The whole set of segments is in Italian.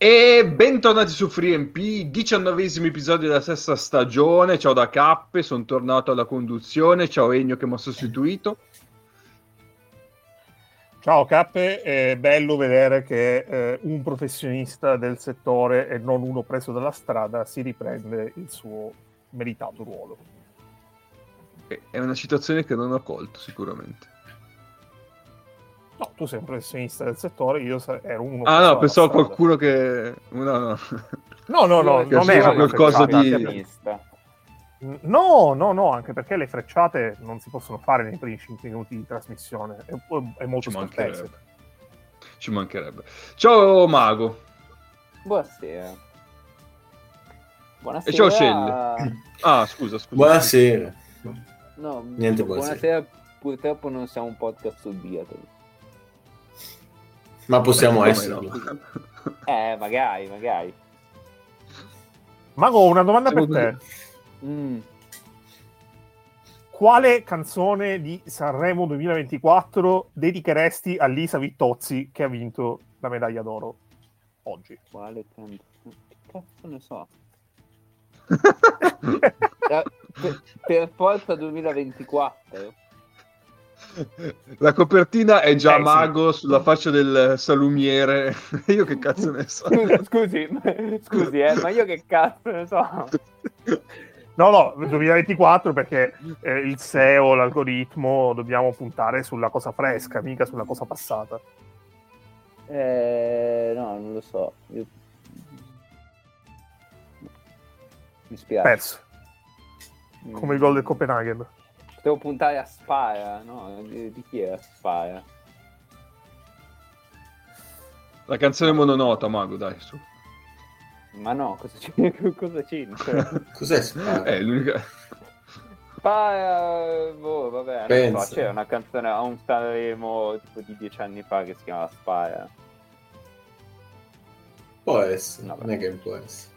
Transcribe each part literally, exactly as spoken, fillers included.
E bentornati su FreeMP, diciannovesimo episodio della sesta stagione. Ciao da Cappe, sono tornato alla conduzione. Ciao Ennio che mi ha sostituito. Ciao Cappe, è bello vedere che eh, un professionista del settore e non uno preso dalla strada si riprende il suo meritato ruolo. È una citazione che non ho colto sicuramente. No, tu sei un professionista del settore, io ero uno Ah preso no, pensavo a strada. qualcuno che... No, no, no, no, no non era qualcosa di... No, no, no, anche perché le frecciate non si possono fare nei primi cinque minuti di trasmissione, è, è molto Ci scortese. mancherebbe. Ci mancherebbe. Ciao Mago. Buonasera. Buonasera. E ciao Scelle. Ah, scusa, scusa. Buonasera. No, niente buonasera. buonasera. Purtroppo non siamo un podcast su Beatles. Ma possiamo Come esserlo. no? Eh, magari, magari. Mago, una domanda Siamo per così. te. Mm. Quale canzone di Sanremo duemilaventiquattro dedicheresti a Lisa Vittozzi che ha vinto la medaglia d'oro oggi? Quale canzone? Che cazzo ne so? eh, per, per forza duemilaventiquattro. La copertina è già Eh, Mago sì. sulla faccia del salumiere. Io che cazzo ne so. Scusi, scusi, eh, ma io che cazzo ne so? No, no, duemilaventiquattro perché eh, il S E O, l'algoritmo, dobbiamo puntare sulla cosa fresca, mica sulla cosa passata. Eh, no, non lo so. Io... Mi spiace. Perso. Come il gol del Copenaghen. Devo puntare a Spara, no? Di, di chi era Spara? La canzone mononota, Mago, dai, su. Ma no, cosa c'è? Cosa c'entra? Cos'è Spara? È l'unica... Spara, boh, vabbè, non Pensa. so, c'era una canzone a un Sanremo tipo di dieci anni fa che si chiamava Spara. Può essere, No, non è che può essere.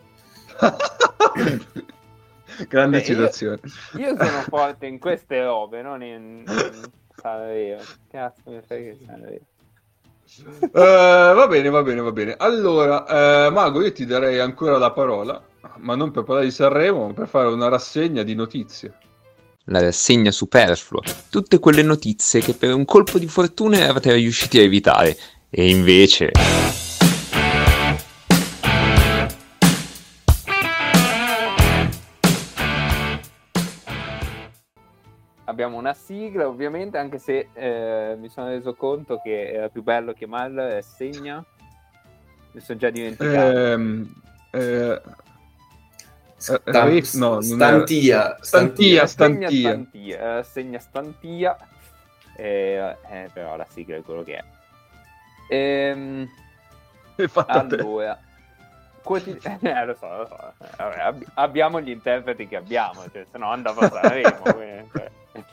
Grande Beh, citazione. Io, io sono forte in queste robe, non in, in Sanremo. Cazzo mi frega di Sanremo. Uh, va bene, va bene, va bene. Allora, uh, Mago, io ti darei ancora la parola, ma non per parlare di Sanremo, ma per fare una rassegna di notizie. La rassegna superflua, tutte quelle notizie che per un colpo di fortuna eravate riusciti a evitare, e invece... Abbiamo una sigla, ovviamente, anche se eh, mi sono reso conto che era più bello chiamarla rassegna. Mi sono già dimenticato. Ehm, eh, Stan- eh, no, non stantia, era... Stantia, Rassegna stantia. stantia, rassegna stantia. Eh, eh, però la sigla è quello che è. Ehm, È fatta te. allora, quotidi- eh, lo so, lo so. Vabbè, ab- abbiamo gli interpreti che abbiamo, cioè, se no andavo a Sanremo. quindi, cioè.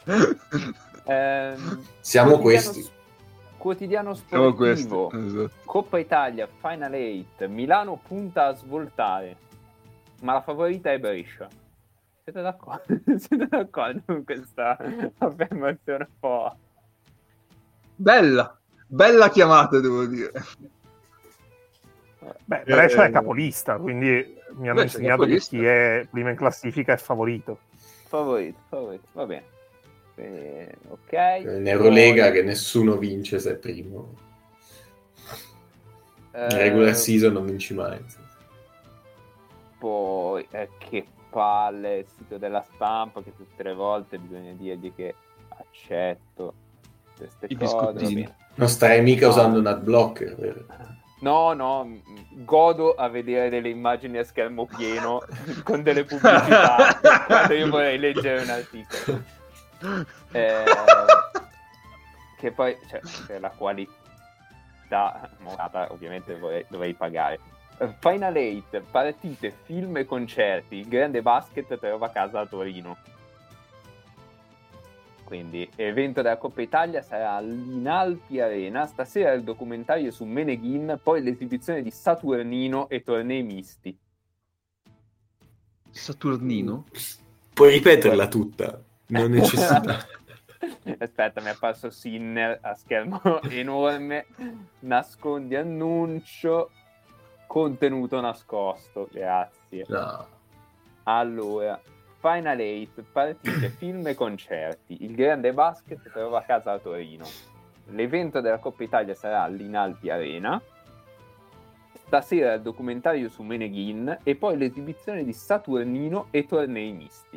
Ehm, Siamo quotidiano questi. s- Quotidiano Siamo questi. sportivo, Esatto. Coppa Italia, Final eight, Milano punta a svoltare, ma la favorita è Brescia. Siete d'accordo? Siete d'accordo con questa affermazione un po'? Bella, bella chiamata, devo dire. Beh, Brescia Eh, è capolista, quindi mi hanno Brescia è insegnato che capolista. chi è prima in classifica è favorito. Favorito, favorito, va bene. Eh, ok. In Eurolega Poi, che nessuno vince se è primo. eh, In regular season non vinci mai. Poi, eh, che palle il sito della stampa, che tutte le volte bisogna dirgli che accetto queste I cose. va biscottini. bene. Non stai mica No. usando un adblocker, vero? No, no, m- godo a vedere delle immagini a schermo pieno con delle pubblicità quando io vorrei leggere un articolo. Eh, che poi, cioè, per la qualità morata, ovviamente vorrei, dovrei pagare. Eh, Final eight, partite, film e concerti. Il grande basket trova casa a Torino. Quindi, evento della Coppa Italia sarà all'Inalpi Arena. Stasera il documentario su Meneghin, poi l'esibizione di Saturnino e tornei misti. Saturnino? Puoi ripeterla tutta, non necessita. Aspetta, mi è apparso Sinner a schermo enorme. Nascondi annuncio. contenuto nascosto, grazie. No. Allora, Final Eight, partite, film e concerti. Il grande basket trova casa a Torino. L'evento della Coppa Italia sarà all'Inalpi Arena. Stasera il documentario su Meneghin e poi l'esibizione di Saturnino e tornei misti.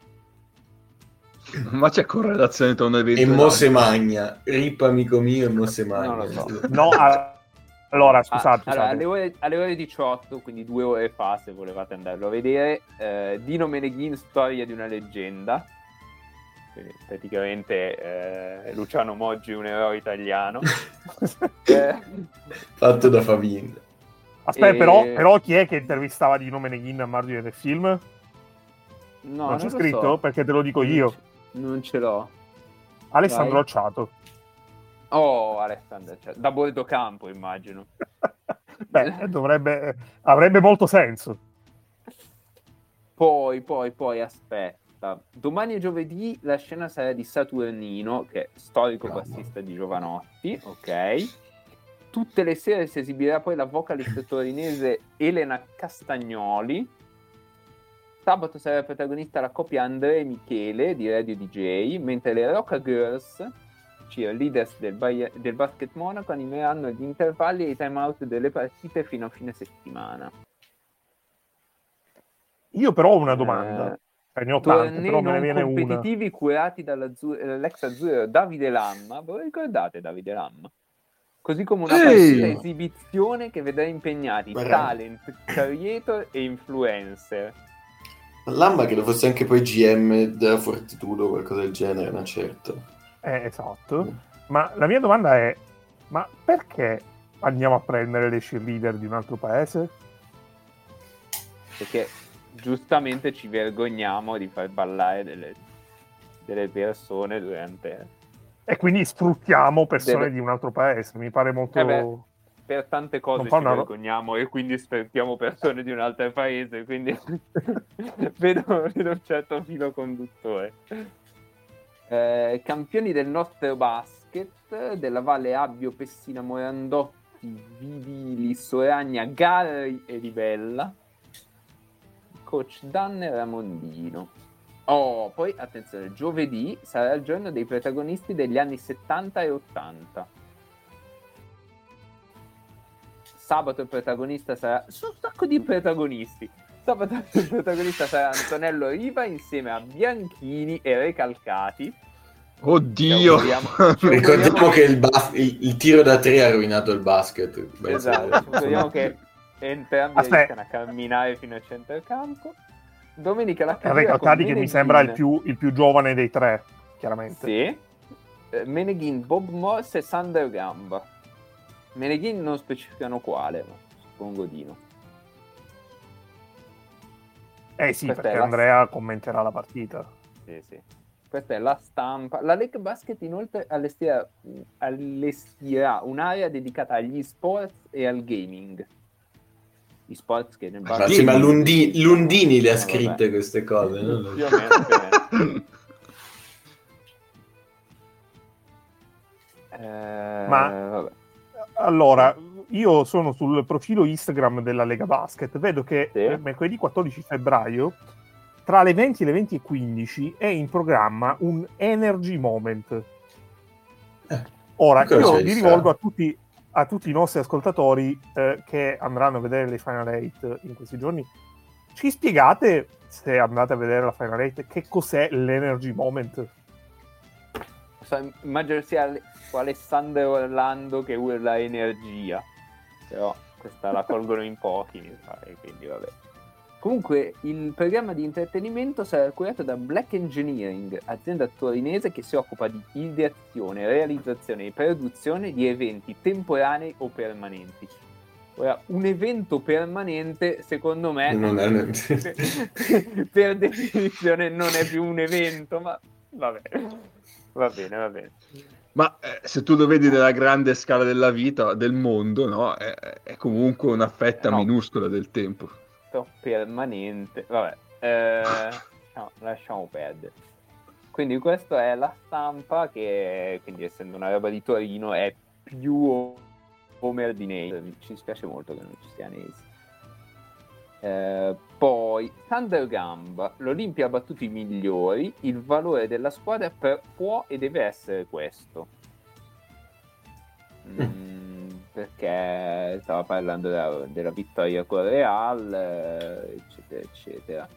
Ma c'è correlazione tra un evento E e Mose l'altro? Magna, rip amico mio e Mose Magna. Non lo so. No, a- allora, scusate, Ah, allora, scusate. alle, ore, alle ore diciotto, quindi due ore fa, se volevate andarlo a vedere, eh, Dino Meneghin, storia di una leggenda. Quindi, praticamente eh, Luciano Moggi, un eroe italiano. eh, Fatto da Favin. Aspetta, E- però, però chi è che intervistava Dino Meneghin a margine del film? no, non c'è lo scritto? so. Perché te lo dico Non io. c- Non ce l'ho. Alessandro Vai. Acciato. Oh, Alessandro, cioè, da Bordo Campo, immagino. Beh, dovrebbe, avrebbe molto senso. Poi, poi, poi, aspetta. Domani e giovedì la scena sarà di Saturnino, che è storico bassista di Giovanotti, ok? Tutte le sere si esibirà poi la vocalist torinese Elena Castagnoli. Sabato sarà protagonista la coppia Andrea e Michele di Radio D J, mentre le Rocca Girls, cheerleaders del, Baia- del Basket Monaco, animeranno gli intervalli e i time out delle partite fino a fine settimana. Io però ho una domanda. Eh, Eh, ne ho tante, tornei però me ne non viene una. competitivi curati dall'ex azzurro Davide Lamma. Voi ricordate Davide Lamma? Così come una Ehi! partita esibizione che vedrà impegnati Guarda. talent, creator e influencer. Lamba che lo fosse anche poi G M della Fortitudo o qualcosa del genere, una certa. Eh, esatto. Ma la mia domanda è: ma perché andiamo a prendere le cheerleader di un altro paese? Perché giustamente ci vergogniamo di far ballare delle, delle persone durante... E quindi sfruttiamo persone Deve- di un altro paese. Mi pare molto... Eh beh, per tante cose Non ci fa una ro- vergogniamo e quindi sfruttiamo persone di un altro paese, quindi vedo, vedo un certo filo conduttore. Eh, campioni del nostro basket della Valle Abbio, Pessina, Morandotti, Vivili, Soragna, Garri e Ribella. Coach Danne Ramondino. Oh, poi attenzione, giovedì sarà il giorno dei protagonisti degli anni settanta e ottanta. Sabato il protagonista sarà... Sono un sacco di protagonisti. Sabato il protagonista sarà Antonello Riva insieme a Bianchini e Recalcati. Oddio! Ci auguriamo- ci Ricordiamo auguriamo che il, bas- il, il tiro da tre ha rovinato il basket. Beh, Esatto, sì. speriamo che entrambi Aspetta. riescano a camminare fino al centrocampo. Domenica la chiusura Recalcati con che mi Meneghin. sembra il più, il più giovane dei tre, chiaramente. Sì. Eh, Meneghin, Bob Morse e Sander Gamba. Meneghin non specificano quale, ma suppongo Dino. Eh sì, Questa è perché la- Andrea commenterà la partita. Sì, sì. Questa è la stampa. La Lega Basket inoltre allestirà, allestirà un'area dedicata agli sports e al gaming. Gli sports che nel Ma basket... sì, ma Lundi- Lundini le ha Eh, vabbè. scritte queste cose. no? Più o meno, più o meno. Eh, Ma- vabbè. Allora, io sono sul profilo Instagram della Lega Basket, vedo che Sì. eh, mercoledì quattordici febbraio, tra le venti e le venti e quindici, è in programma un Energy Moment. Eh, Ora, cosa io c'è mi di rivolgo strano? a tutti, a tutti i nostri ascoltatori eh, che andranno a vedere le Final Eight in questi giorni. Ci spiegate, se andate a vedere la Final Eight, che cos'è l'Energy Moment? So, immagino sia Ale- Alessandro Orlando che urla energia, però questa la colgono in pochi, mi pare, quindi vabbè. Comunque il programma di intrattenimento sarà curato da Black Engineering, azienda torinese che si occupa di ideazione, realizzazione e produzione di eventi temporanei o permanenti. Ora, un evento permanente, secondo me, Non è- per definizione non è più un evento, ma vabbè, va bene, va bene. Ma eh, se tu lo vedi nella grande scala della vita, del mondo, no? È, è comunque una fetta No. minuscola del tempo. Permanente, vabbè, eh, no, lasciamo perdere. Quindi questa è la stampa che, quindi essendo una roba di Torino, è più o Homer di Nace. Ci dispiace molto che non ci sia Nace. Eh, poi Thunder Gamba, l'Olimpia ha battuto i migliori, il valore della squadra per, può e deve essere questo. Mm, perché stava parlando della, della vittoria con Real, eh, eccetera eccetera.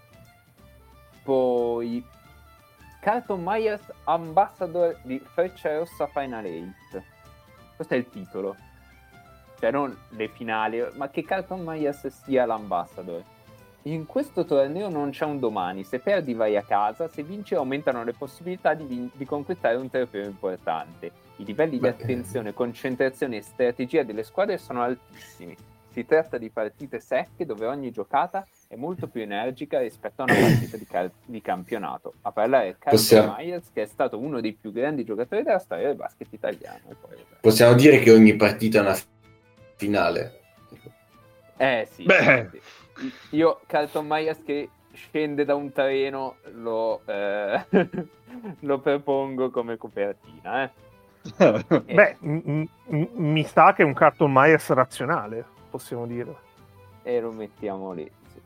Poi Carlton Myers Ambassador di Frecciarossa Final eight. Questo è il titolo, cioè non le finali, ma che Carlton Myers sia l'ambassador. In questo torneo non c'è un domani, se perdi vai a casa, se vinci aumentano le possibilità di, vin- di conquistare un trofeo importante. I livelli Beh, di attenzione, concentrazione e strategia delle squadre sono altissimi. Si tratta di partite secche dove ogni giocata è molto più energica rispetto a una partita di, cal- di campionato. A parlare è Carlton Possiamo- Myers, che è stato uno dei più grandi giocatori della storia del basket italiano. E poi, vabbè. Possiamo dire che ogni partita è una finale. Eh sì, Beh. sì. Io Carlton Myers che scende da un treno lo, eh, lo propongo come copertina. Eh. Eh, Beh, m- m- mi sa che è un Carlton Myers razionale, possiamo dire. E lo mettiamo lì. Sì.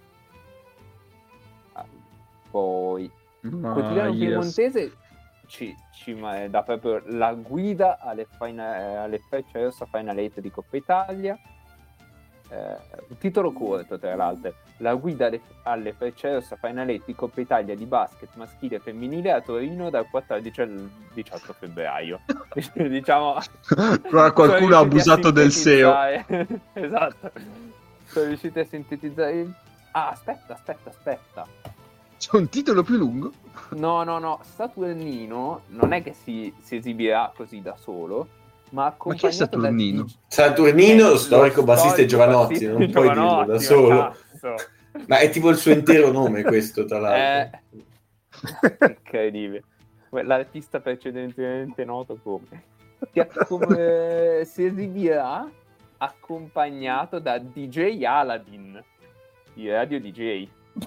Ah, poi Quotidiano Myers. Piemontese ci, ci ma- dà proprio la guida alle, final, alle Frecciarossa Final eight di Coppa Italia. Eh, un titolo corto, tra l'altro, la guida alle, alle Frecciarossa Final eight di Coppa Italia di basket maschile e femminile a Torino dal quattordici al diciotto febbraio. Diciamo, Qua qualcuno sono ha riusciti a abusato del S E O. sintetizzare- esatto, sono riusciti a sintetizzare. Ah, aspetta, aspetta, aspetta. C'è un titolo più lungo? No, no, no, Saturnino non è che si, si esibirà così da solo, ma accompagnato da Saturnino? D J. Saturnino, Eh, lo storico lo bassista di storico Giovanotti, bassista non di puoi dirlo Giovanotti, da ma solo. cazzo. Ma è tipo il suo intero nome questo, tra l'altro. Eh, incredibile. L'artista precedentemente noto come, che come si esibirà accompagnato da D J Aladdin di Radio D J.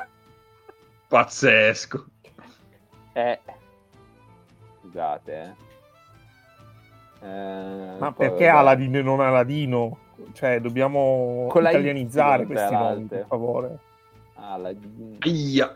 Pazzesco. Eh, scusate, eh. Eh, Ma poi, perché vabbè. Aladdin e non Aladino? Cioè, dobbiamo Con la italianizzare Y, questi tra nomi, l'altro. per favore. Aladdin. Aia.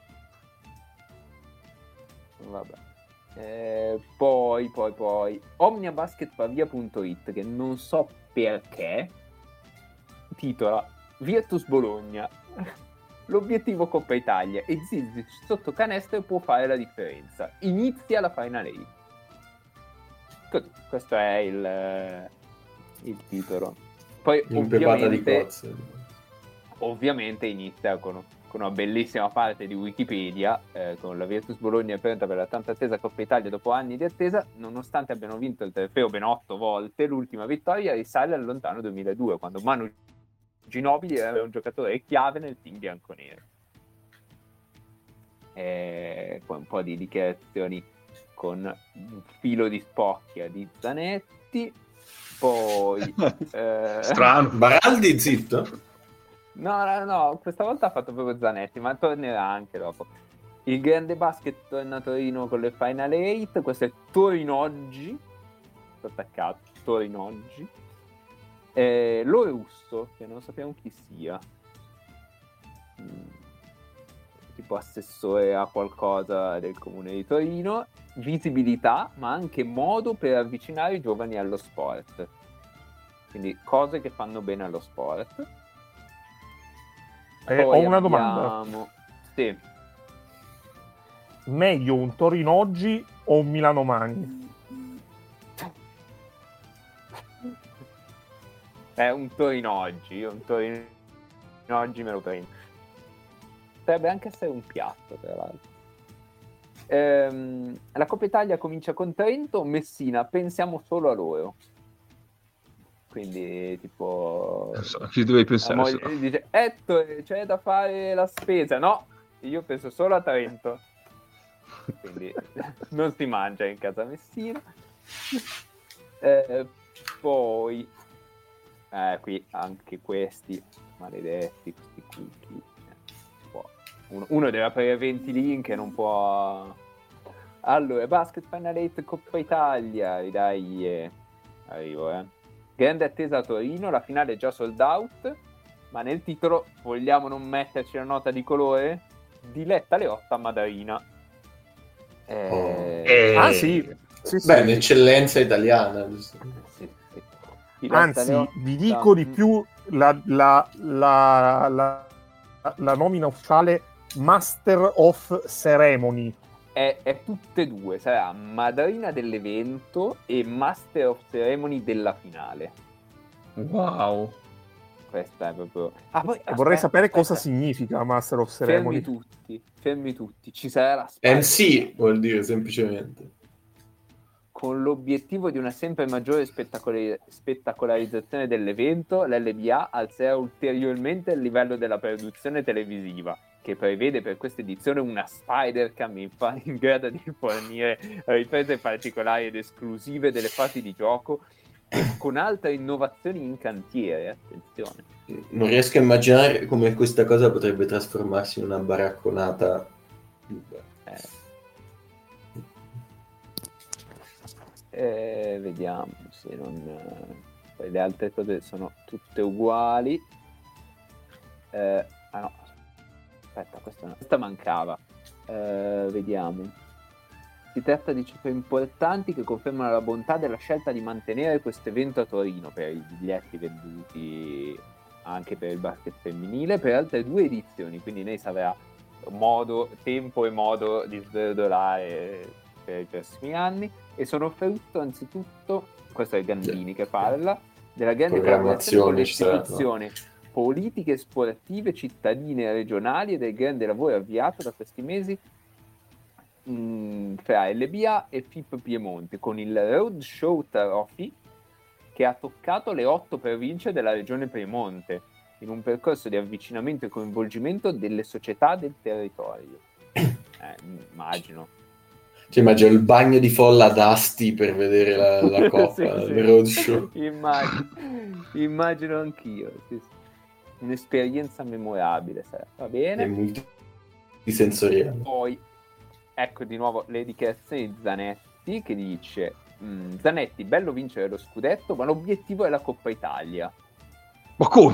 Vabbè. Eh, poi, poi, poi omniabasketpavia punto it, che non so perché titola Virtus Bologna. L'obiettivo Coppa Italia e Zizic sotto canestro può fare la differenza. Inizia la Final eight. Così, questo è il, il titolo. Poi Impepata di ovviamente, cozze. ovviamente inizia con, con una bellissima parte di Wikipedia, eh, con la Virtus Bologna pronta per la tanto attesa Coppa Italia dopo anni di attesa, nonostante abbiano vinto il trofeo ben otto volte, l'ultima vittoria risale al lontano duemiladue, quando Manu Ginobili era un giocatore chiave nel team bianconero. E poi un po' di dichiarazioni con un filo di spocchia di Zanetti, poi eh... Strano. Baraldi zitto? no no no questa volta ha fatto proprio Zanetti, ma tornerà anche dopo. Il grande basket torna a Torino con le Final eight. Questo è Torino oggi, sto attaccato Torino oggi. Eh, Lo Russo, che non sappiamo chi sia, mm, tipo assessore a qualcosa del comune di Torino. Visibilità, ma anche modo per avvicinare i giovani allo sport, quindi cose che fanno bene allo sport. Eh, ho Poi una abbiamo... domanda. Sì. Meglio un Torino oggi o un Milano Mani? È un Torino oggi, un Torino oggi me lo prendo. Potrebbe anche essere un piatto, tra l'altro. Ehm, la Coppa Italia comincia con Trento, Messina, pensiamo solo a loro. Quindi, tipo... Non so, ci dovevi la pensare. moglie solo. dice, Ettore, c'è da fare la spesa. No, io penso solo a Trento. Quindi non si mangia in casa Messina. Eh, poi... Eh, qui anche questi maledetti, questi cookie. Uno, uno deve aprire venti link e non può. Allora, Basket Final eight Coppa Italia, dai, eh. Arrivo, eh. grande attesa a Torino, la finale è già sold out, ma nel titolo vogliamo non metterci la nota di colore? Diletta Leotta a Madarina. Eh... Oh. Eh, Ah sì, sì, sì. Beh, un'eccellenza italiana. Sì, sì. Diletta Anzi, Leotta- vi dico di più, la, la, la, la, la nomina ufficiale Master of Ceremony. È, è tutte e due, sarà Madarina dell'evento e Master of Ceremony della finale. Wow. Questa è proprio... Ah, poi, E vorrei aspetta, sapere cosa aspetta. significa Master of Fermi Ceremony. tutti, fermi tutti. Ci sarà la Spider M C vuol dire semplicemente. con l'obiettivo di una sempre maggiore spettacolari- spettacolarizzazione dell'evento. L'L B A alzerà ulteriormente il livello della produzione televisiva, che prevede per questa edizione una Spider-Cam in, fa- in grado di fornire riprese particolari ed esclusive delle fasi di gioco e con altre innovazioni in cantiere. Attenzione. Non riesco a immaginare come questa cosa potrebbe trasformarsi in una baracconata. Eh. Eh, vediamo se non... Poi le altre cose sono tutte uguali. Eh, ah no, aspetta, questa, questa mancava. Eh, vediamo. Si tratta di cifre importanti che confermano la bontà della scelta di mantenere questo evento a Torino per i biglietti venduti anche per il basket femminile per altre due edizioni, quindi lei avrà modo, tempo e modo di sverdolare per i prossimi anni. E sono frutto anzitutto, questo è Gandini che parla, della grande collaborazione con le istituzioni politiche, sportive, cittadine e regionali e del grande lavoro avviato da questi mesi mh, fra L B A e F I P Piemonte, con il Roadshow Trophy che ha toccato le otto province della regione Piemonte, in un percorso di avvicinamento e coinvolgimento delle società del territorio. Eh, immagino. Cioè, immagino il bagno di folla ad Asti per vedere la, la coppa, Sì, sì. il roadshow. Immagino, immagino anch'io. Sì, sì. Un'esperienza memorabile, sarà. Va È bene. multisensoriale. Poi, ecco di nuovo le dichiarazioni di Zanetti che dice: "Mm, Zanetti, bello vincere lo scudetto, ma l'obiettivo è la Coppa Italia." Ma come?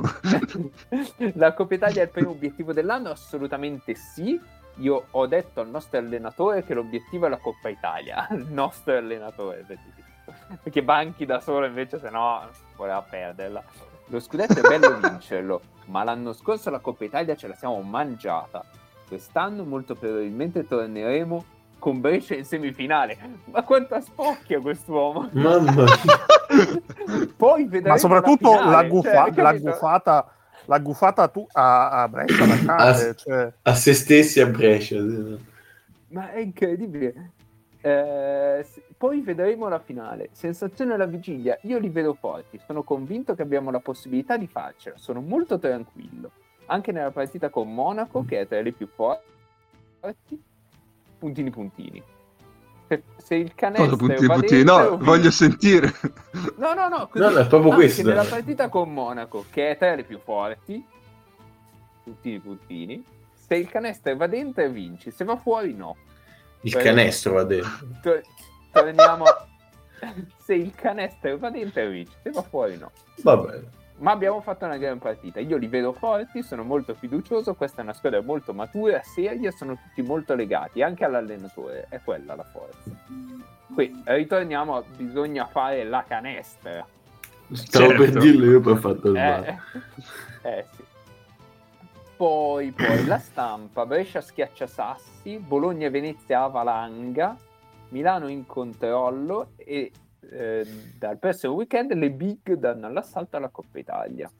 La Coppa Italia è il primo obiettivo dell'anno? Assolutamente sì. Io ho detto al nostro allenatore che l'obiettivo è la Coppa Italia. Il nostro allenatore, perché banchi da solo invece, se no voleva perderla. Lo scudetto è bello vincerlo, ma l'anno scorso la Coppa Italia ce la siamo mangiata. Quest'anno molto probabilmente torneremo con Brescia in semifinale. Ma quanta spocchia quest'uomo! Mamma mia. Poi vedremo Ma soprattutto la, finale, la, gufa- cioè, la capito? gufata la gufata tu a, a Brescia la cade, a, cioè. a se stessi a Brescia. Ma è incredibile. Eh, s- poi vedremo la finale. Sensazione alla vigilia, io li vedo forti, sono convinto che abbiamo la possibilità di farcela, sono molto tranquillo anche nella partita con Monaco, che è tra le più forti. Puntini puntini. Se, se il Cosa canestro puntini va puntini? dentro, No, voglio sentire. no no no, così. No, no, è proprio Anche questo. nella partita con Monaco, che è tra le più forti, puntini puntini, se il canestro va dentro vinci, se va fuori no. Il Poi- canestro va dentro. Tor- torniamo a- se il canestro va dentro vinci, se va fuori no. Va bene. Ma abbiamo fatto una gran partita, io li vedo forti, sono molto fiducioso, questa è una squadra molto matura, seria, sono tutti molto legati anche all'allenatore, è quella la forza. Qui ritorniamo a bisogna fare la canestra. Stavo Certo. per dirlo io, poi ho fatto il Eh, male. eh sì. Poi, poi la Stampa, Brescia schiaccia Sassi, Bologna e Venezia Avalanga, Milano in controllo e eh, dal prossimo weekend le big danno all'assalto alla Coppa Italia.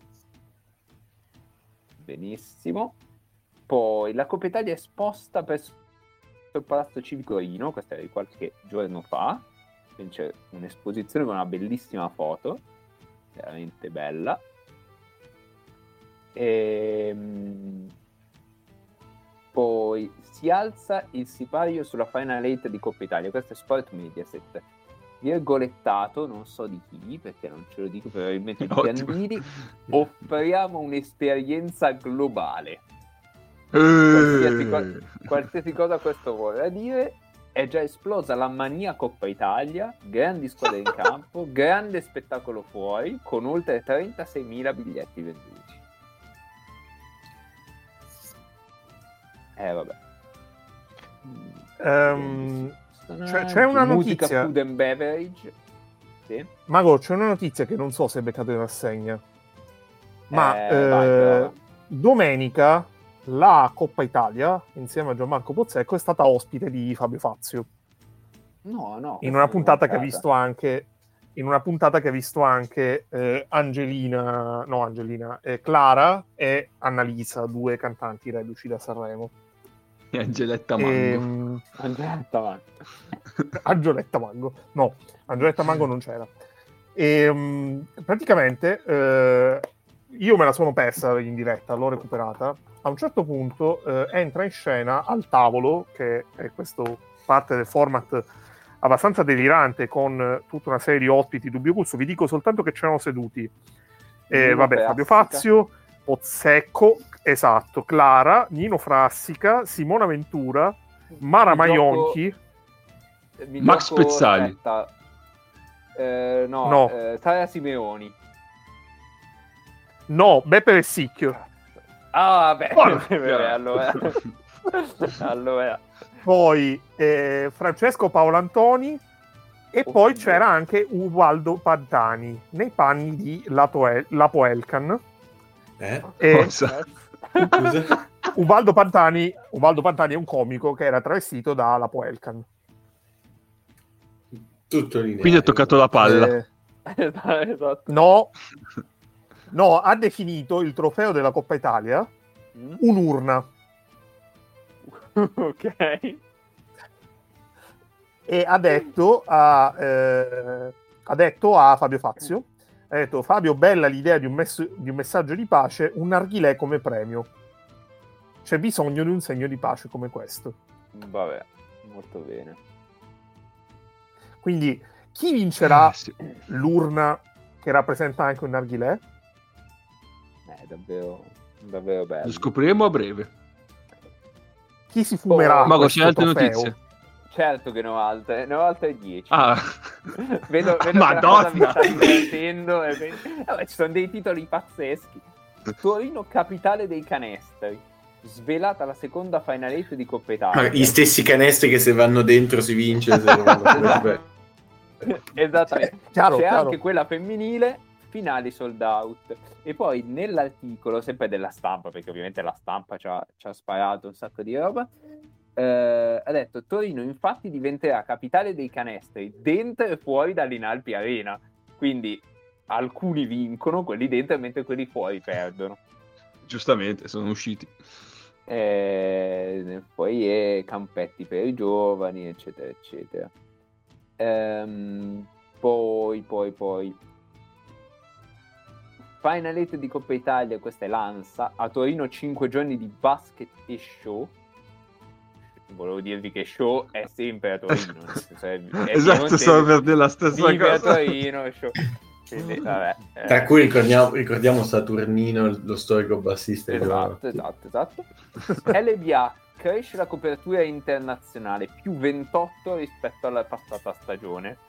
Benissimo. Poi la Coppa Italia è esposta presso il Palazzo Civico Rino, questa è di qualche giorno fa, quindi c'è un'esposizione con una bellissima foto, veramente bella. Ehm, poi si alza il sipario sulla Final Eight di Coppa Italia, questo è Sport Mediaset, virgolettato, non so di chi perché non ce lo dico, probabilmente di Ottimo. Gandini. Offriamo un'esperienza globale. Qualsiasi, co- Eh. qualsiasi cosa questo vuole dire, è già esplosa la mania Coppa Italia, grandi squadre in campo, grande spettacolo fuori, con oltre trentaseimila biglietti venduti. Eh vabbè. Um, c'è, c'è una musica, notizia, food and beverage. Sì. Mago, c'è una notizia che non so se è beccato in rassegna, ma Eh, eh, vai, però. domenica la Coppa Italia, insieme a Gianmarco Pozzecco, è stata ospite di Fabio Fazio. No, no. In una puntata che ha mancata. visto anche in una puntata che ha visto anche eh, Angelina, no Angelina, eh, Clara e Annalisa, due cantanti reduci da Sanremo. E Angeletta Mango. Ehm, Angeletta Mango. Angioletta Mango, no, Angioletta Mango non c'era. E, um, praticamente eh, io me la sono persa in diretta, l'ho recuperata. A un certo punto eh, entra in scena al tavolo, che è questo parte del format abbastanza delirante, con eh, tutta una serie di ospiti dubbio gusto. Vi dico soltanto che c'erano seduti eh, Nino vabbè, Frassica. Fabio Fazio, Pozzecco, esatto, Clara, Nino Frassica, Simona Ventura, Mara Mi gioco- Maionchi. Mi Max gioco- Pezzali. aspetta. Eh, no, No. eh, Sara Simeoni. No, Beppe Vessicchio. Ah, beh, Porca. beh, allora. allora. Poi eh, Francesco Paolo Antoni e Oh, poi Dio. c'era anche Ubaldo Pantani nei panni di Lato El- Lapo Elkan. Eh? E Cosa? Scusa? Ubaldo Pantani, Ubaldo Pantani è un comico che era travestito da Lapo Elkan. Tutto lineare. Quindi ha toccato la palla. Eh, Esatto. no, no, ha definito il trofeo della Coppa Italia Mm? un'urna Ok. e ha detto a, eh, ha detto a Fabio Fazio, ha detto: Fabio, bella l'idea di un, mess- di un messaggio di pace, un narghilè come premio. C'è bisogno di un segno di pace come questo. Vabbè, molto bene. Quindi chi vincerà Eh, sì. l'urna che rappresenta anche un narghilè? È davvero, davvero bello. Lo scopriremo a breve. Chi si fumerà Oh, Mago, questo c'è altre trofeo? notizie? Certo che ne ho altre, ne ho altre dieci. Ah, Vedo, vedo che la Madonna! cosa mi sta divertendo. e quindi- Vabbè, ci sono dei titoli pazzeschi. Torino, capitale dei canestri. Svelata la seconda Final Eight di Coppa Italia. Ma gli stessi canestri che se vanno dentro si vince. Se vanno... Esattamente. Eh, chiaro, C'è chiaro. anche quella femminile, finali sold out. E poi nell'articolo, sempre della stampa, perché ovviamente la stampa ci ha, ci ha sparato un sacco di roba, eh, ha detto: Torino infatti diventerà capitale dei canestri dentro e fuori dall'Inalpi Arena. Quindi alcuni vincono, quelli dentro, mentre quelli fuori perdono. giustamente, sono usciti. Eh, poi è campetti per i giovani, eccetera, eccetera. Ehm, poi, poi, poi Final Eight di Coppa Italia, questa è l'ANSA. A Torino cinque giorni di basket e show. Volevo dirvi che show è sempre a Torino. nel senso è- è Esatto, Piemonte, stavo per dire la stessa vive a cosa. Torino e show. Quindi, vabbè, eh, Tra cui ricordiamo, ricordiamo Saturnino, lo storico bassista. di esatto, esatto, esatto. L B A cresce la copertura internazionale, più ventotto rispetto alla passata stagione.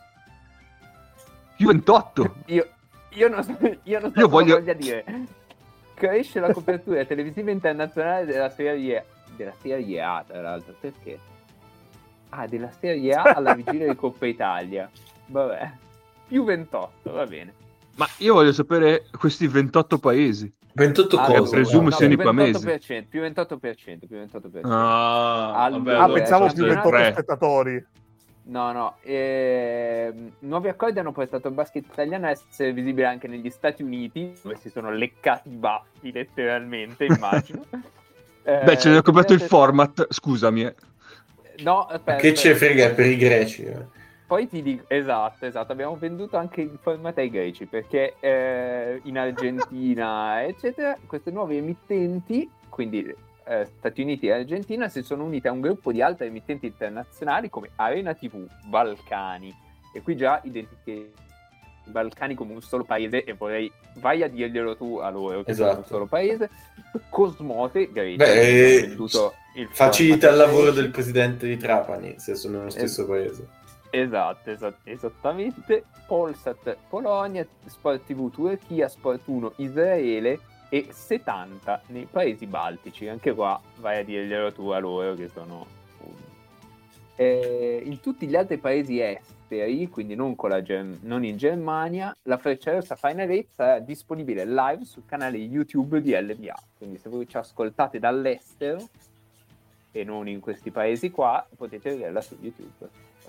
Più ventotto. Io, io non so, io non so Io cosa voglio- voglia dire. Cresce la copertura televisiva internazionale della serie della Serie A, tra l'altro, perché? Ah, della Serie A alla vigilia di Coppa Italia. Vabbè, più ventotto, va bene. Ma io voglio sapere questi ventotto paesi. ventotto Ah, cose. presumo guarda. siano i più pamesi. ventotto per cento, più ventotto per cento, più ventotto per cento. Ah, Allora, vabbè, Ah, allora, pensavo c'è più un ventotto tre. spettatori. No, no, ehm, nuovi accordi hanno portato il basket italiano a essere visibile anche negli Stati Uniti, dove si sono leccati i baffi, letteralmente, immagino. Eh, Beh, ce ne ho coperto il duemilasette format, scusami. eh. No, aspetta, Che ce aspetta. frega per i greci. eh. Poi ti dico, esatto, esatto, abbiamo venduto anche il format ai greci, perché eh, in Argentina, eccetera, queste nuove emittenti, quindi eh, Stati Uniti e Argentina, si sono unite a un gruppo di altre emittenti internazionali come Arena tivù, Balcani, e qui già identifichiamo Balcani come un solo paese, e vorrei vai a dirglielo tu a loro che Esatto. sono un solo paese. Cosmote, Grecia, Beh, che eh, hanno venduto il facilita il format lavoro Grecia. del presidente di Trapani se sono nello stesso paese. Esatto, esat- esattamente. Polsat Polonia, Sport tivù Turchia, Sport uno Israele e settanta nei paesi baltici. Anche qua vai a dirglielo tu a loro che sono eh, in tutti gli altri paesi esteri, quindi non, con la Germ- non in Germania, la Frecciarossa Final Eight sarà disponibile live sul canale YouTube di L B A. Quindi se voi ci ascoltate dall'estero e non in questi paesi qua, potete vederla su YouTube.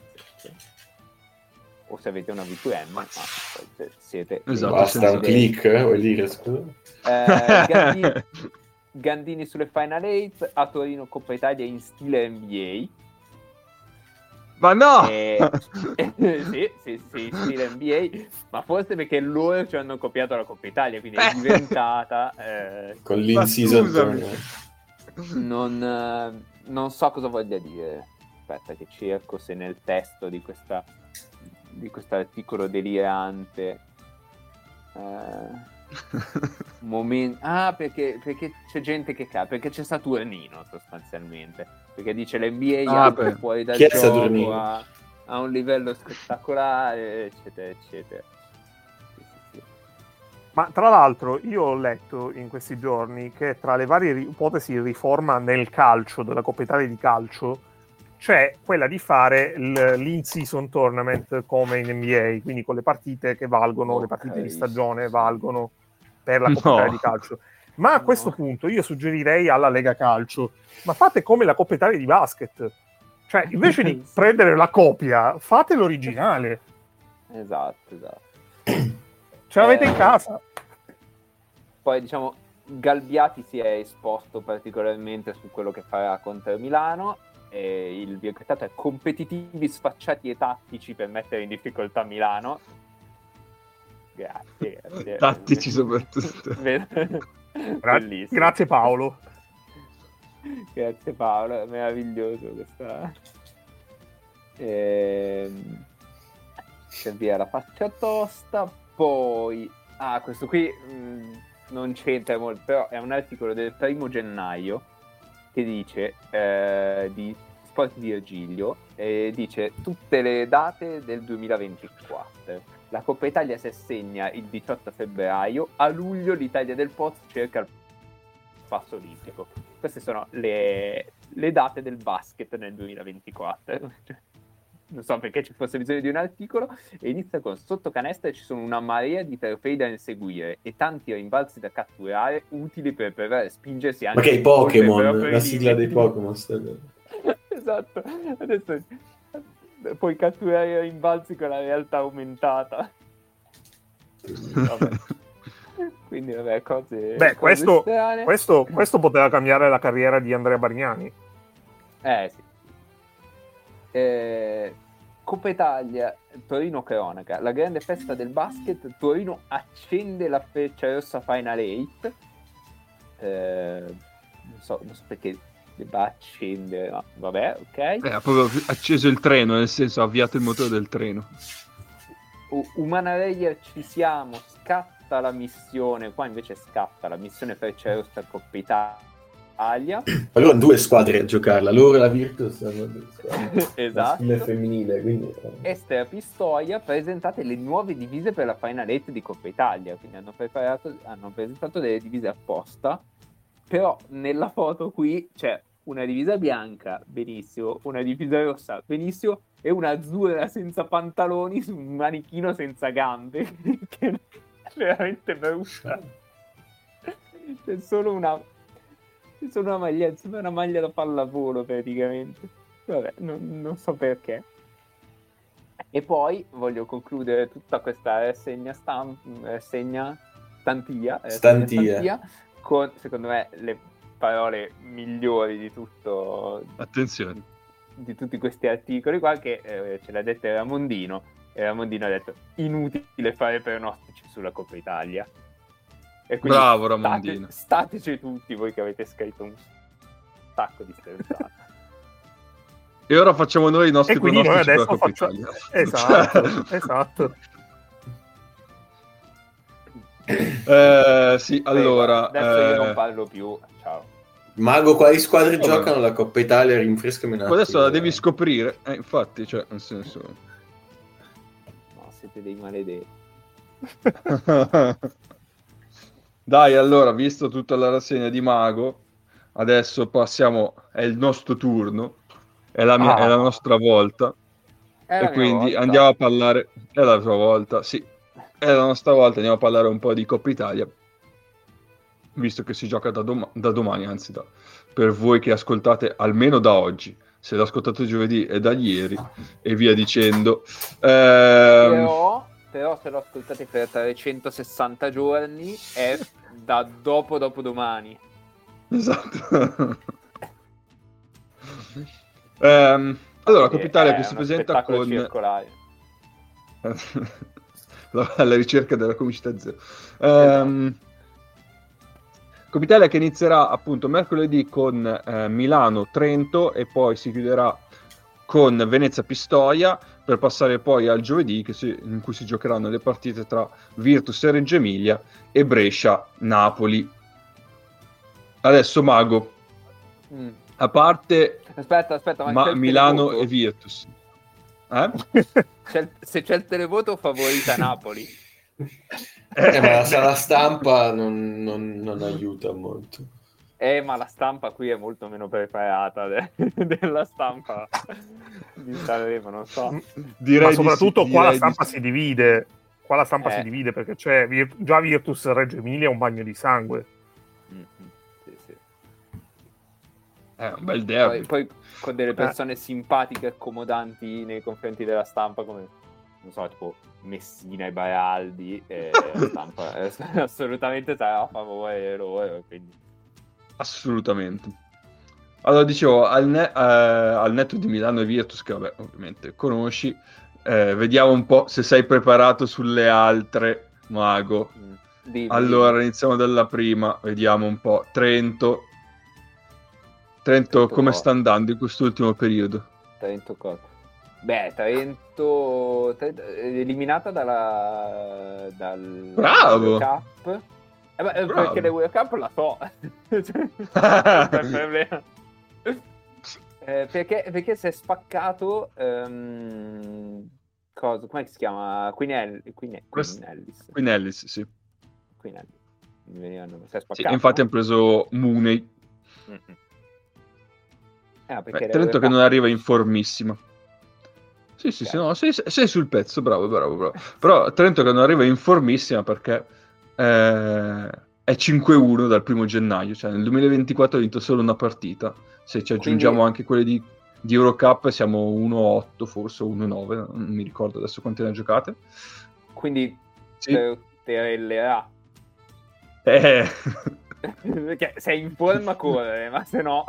O se avete una V P N, ma se siete Esatto, Basta senza- un click, eh, vuoi dire, scusa? eh, Gandini, Gandini sulle Final Eight, a Torino Coppa Italia in stile N B Ma A. no! Eh, sì, sì, sì, in stile N B A, ma forse perché loro ci hanno copiato la Coppa Italia, quindi è diventata eh, Con Ma l'in-season scusami. tournament. non, eh, non so cosa voglia dire. Aspetta che cerco se nel testo di questa di questo articolo delirante eh, momen- ah perché, perché c'è gente che ca- perché c'è Saturnino sostanzialmente, perché dice l'N B A Ah, anche beh. fuori dal Chi è gioco Saturnino? ha, ha un livello spettacolare, eccetera eccetera. Sì, sì, sì. Ma tra l'altro io ho letto in questi giorni che tra le varie ri- ipotesi di riforma nel calcio, della Coppa Italia di calcio, c'è quella di fare il- l'in-season tournament come in N B A, quindi con le partite che valgono, le partite di Ok, stagione sì. valgono per la Coppa No. Italia di calcio. Ma a No. questo punto io suggerirei alla Lega Calcio, ma fate come la Coppa Italia di basket. Cioè, invece di Sì. prendere la copia, fate l'originale. Esatto, esatto. Ce l'avete Eh, in casa. Poi diciamo Galbiati si è esposto particolarmente su quello che farà contro Milano, e il virgolettato è competitivi, sfacciati e tattici per mettere in difficoltà Milano. Grazie, grazie. Tattici soprattutto. Be- Gra- Bellissimo. grazie Paolo. Grazie Paolo, è meraviglioso questa. Ehm... C'è via la faccia tosta. Poi ah, questo qui mh, non c'entra molto, però è un articolo del primo gennaio che dice eh, di Sport di Virgilio, e dice tutte le date del duemilaventiquattro. La Coppa Italia si assegna il diciotto febbraio, a luglio l'Italia del Post cerca il passo olimpico. Queste sono le, le date del basket nel duemilaventiquattro. Non so perché ci fosse bisogno di un articolo, e inizia con sotto canestro ci sono una marea di trofei da inseguire e tanti rimbalzi da catturare utili per provare a spingersi anche Ma che i oltre i Pokémon, propri la sigla dei limiti. Pokémon. sta cosa. Esatto, adesso puoi catturare i rimbalzi con la realtà aumentata. Vabbè. Quindi vabbè, cose, Beh, cose questo, strane. questo, questo poteva cambiare la carriera di Andrea Bargnani. Eh sì. Eh, Coppa Italia, Torino cronaca, la grande festa del basket, Torino accende la Frecciarossa Final Eight. Eh, non so, non so perché debba accendere, ma vabbè, ok. Eh, ha proprio acceso il treno, nel senso ha avviato il motore del treno. U- Umana Reyer ci siamo, scatta la missione, qua invece scatta la missione Frecciarossa Coppa Italia. Ma loro hanno due squadre a giocarla, loro e la Virtus hanno due squadre, Esatto. maschile e femminile, quindi... Estera Pistoia, presentate le nuove divise per la Final Eight di Coppa Italia, quindi hanno preparato, hanno presentato delle divise apposta, però nella foto qui c'è una divisa bianca, benissimo, una divisa rossa, benissimo, e una azzurra senza pantaloni su un manichino senza gambe, che è veramente brutta. C'è solo una c'è solo una maglia, sembra una maglia da pallavolo praticamente. Vabbè, non, non so perché. E poi voglio concludere tutta questa rassegna stamp, rassegna stantia, rassegna Stantia. stantia con, secondo me, le parole migliori di tutto, Attenzione. di tutti questi articoli qua, che eh, ce l'ha detto Ramondino, e Ramondino ha detto inutile fare pronostici sulla Coppa Italia. E quindi Bravo, state- Ramondino. stateci tutti voi che avete scritto un sacco di stronzate. E ora facciamo noi i nostri E quindi noi pronostici per adesso la Coppa facciamo... Italia. Esatto, esatto. Eh, sì, allora... Adesso io eh, non parlo più, ciao. Mago, quali squadre Vabbè. giocano la Coppa Italia? Rinfrescami un attimo. Adesso la devi scoprire, eh, infatti, cioè, nel senso... No, siete dei maledetti. Dai, allora, visto tutta la rassegna di Mago, adesso passiamo, è il nostro turno, è la, mia, Ah. è la nostra volta, È e la mia quindi volta. andiamo a parlare, è la tua volta, sì, è la nostra volta, andiamo a parlare un po' di Coppa Italia, visto che si gioca da, dom- da domani, anzi da, per voi che ascoltate almeno da oggi, se l'ascoltate giovedì è da ieri, e via dicendo. Ehm, Però, però se lo ascoltate per trecentosessanta giorni è da dopo dopo domani. Esatto. Ehm, allora, Coppa Italia È che si uno presenta spettacolo con circolare. la- alla ricerca della comicità zero. Ehm, Coppa Italia che inizierà appunto mercoledì con eh, Milano-Trento e poi si chiuderà con Venezia-Pistoia per passare poi al giovedì che si- in cui si giocheranno le partite tra Virtus e Reggio Emilia e Brescia-Napoli. Adesso Mago, Mm. a parte Aspetta, aspetta, ma, ma c'è il Milano televoto? e Virtus, eh? C'è il- se c'è il televoto favorita Napoli. Eh, ma la sala stampa non, non- non aiuta molto. Eh, ma la stampa qui è molto meno preparata de- della stampa di Sanremo, non so. Direi Ma di soprattutto sì, qua la direi di stampa sì. si divide. Qua la stampa Eh. si divide perché c'è Vir- già Virtus Reggio Emilia è un bagno di sangue. Mm-hmm. Sì, sì. È un bel Poi, derby. poi con delle persone simpatiche e accomodanti nei confronti della stampa, come non so, tipo Messina e Baraldi, e la stampa eh, assolutamente sarà a favore loro, quindi Assolutamente. Allora, dicevo, al, ne- eh, al netto di Milano e Virtus, che vabbè, ovviamente conosci, eh, vediamo un po' se sei preparato sulle altre, Mago. mm, dimmi, Allora, dimmi. iniziamo dalla prima, vediamo un po'. Trento. Trento, Trento come cosa? sta andando in quest'ultimo periodo? Trento cosa? Beh, Trento, Trento è eliminata dalla dal Bravo! Cup. Eh beh, Bravo. perché l'Euro Cup la so. Cioè, questo è il problema. Eh, perché, perché si è spaccato ehm, cosa, come si chiama? Queen Queen Questo- Ellis. Queen Ellis, sì. Queen Ellis. Mi veniva il nome. Si è Sì, spaccato. infatti no? hanno preso Mooney. Mm-mm. Eh, perché Beh, l'Euro Trento che Cup- non arriva in formissima. Sì, sì, sì, no, sei, sei sul pezzo, bravo, bravo, bravo. Però Trento che non arriva in formissima perché eh, è cinque uno dal primo gennaio, cioè nel duemilaventiquattro ha vinto solo una partita. Se ci aggiungiamo Quindi- anche quelle di, di Eurocup siamo uno otto, forse uno nove, non mi ricordo adesso quante ne ha giocate. Quindi Sì. te- terellerà. Eh. Perché sei in forma a correre, ma se no...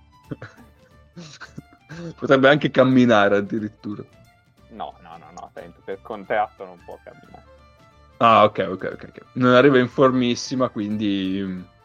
Potrebbe anche camminare addirittura. No, no, no, no, Trento per contratto non può camminare. Ah, ok, ok, ok. ok. Non arriva in formissima, quindi...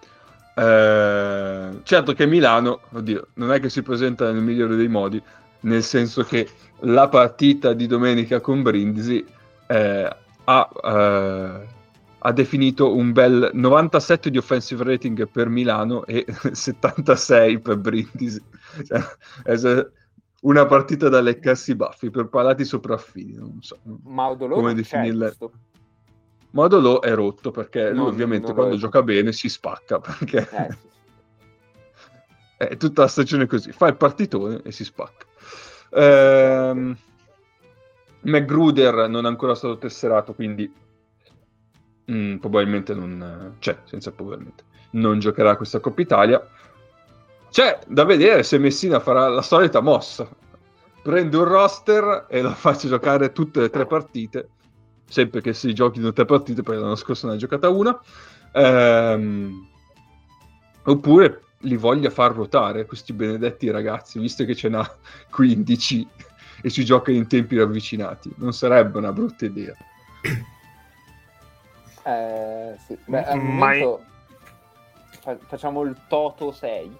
eh, certo che Milano, oddio, non è che si presenta nel migliore dei modi, nel senso che la partita di domenica con Brindisi eh, ha, eh, ha definito un bel novantasette di offensive rating per Milano e settantasei per Brindisi. Cioè, è una partita da leccarsi i baffi per palati sopraffini, non so Maudolò come non c'è, definirla. giusto? Modolo è rotto perché lui Non- ovviamente non lo quando è. gioca bene si spacca perché Eh, sì, sì. è tutta la stagione così, fa il partitone e si spacca. Ehm, McGruder non è ancora stato tesserato, quindi mm, probabilmente non cioè, senza probabilmente non giocherà questa Coppa Italia. C'è da vedere se Messina farà la solita mossa, prende un roster e lo faccia giocare tutte le tre partite, sempre che si giochino tre partite, perché l'anno scorso ne ha giocata una, ehm, oppure li voglia far ruotare questi benedetti ragazzi, visto che ce n'ha quindici e si gioca in tempi ravvicinati. Non sarebbe una brutta idea. Eh, sì. Beh, al Ma- momento fa- facciamo il Toto sei.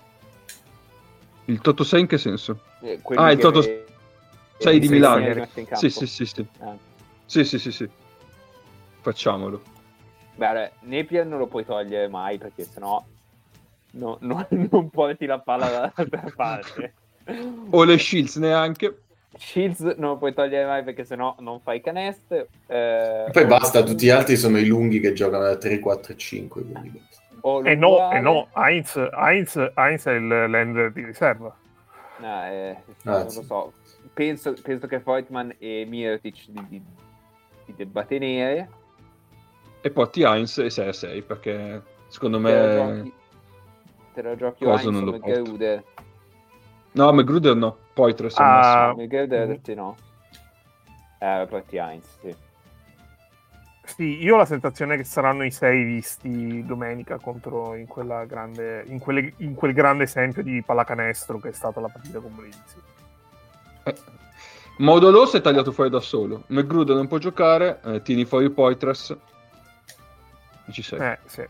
Il Toto sei in che senso? eh, quelli Ah, il che- Toto che sei di Messina Milano. rimette in campo. Sì, sì, sì, sì. Eh. Sì, sì, sì, sì. Facciamolo. Beh, allora, Napier non lo puoi togliere mai perché sennò no, no, non porti la palla dall'altra parte. O le Shields neanche. Shields non lo puoi togliere mai perché sennò non fai canestro. Eh, Poi basta, tutti gli altri sono i lunghi che giocano da tre, quattro e cinque, quindi basta. o E no, Lunguale. e no, Heinz, Heinz, Heinz è il lender di riserva. No, eh, Ah, non sì. lo so. Penso, penso che Voigtman e Mirotic li, li, li debba tenere. E poi T. Heinz e sei a sei, perché secondo Te lo me... giochi, te lo giochi Cosa Heinz non lo o porto? Magruder. No, Magruder no, poi tre al Ah, massimo. Magruder mm. sì, no. Eh, poi T. Heinz, sì. Sì, io ho la sensazione che saranno i sei visti domenica contro in quella grande in, quelle, in quel grande esempio di pallacanestro che è stata la partita con Brindisi. Eh. Modolo si è tagliato fuori da solo. Magruder non può giocare, eh, tieni fuori Poitras e ci sei. Eh, sì.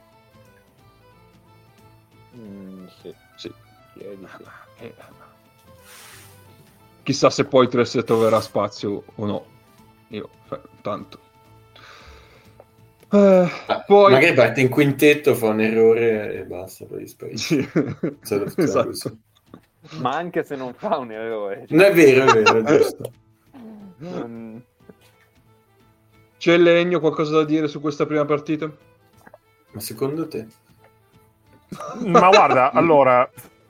Mm, sì, Sì. direi di sì. Eh. Chissà se Poitras troverà spazio o no. Io, eh, tanto. Eh, Ah, poi... Magari parte in quintetto, fa un errore e basta, poi sparisce. Sì. Solo funziona Esatto. così. Ma anche se non fa un errore. Non è vero, è vero, è giusto. Non- C'è Legno qualcosa da dire su questa prima partita? Ma secondo te? Ma guarda, allora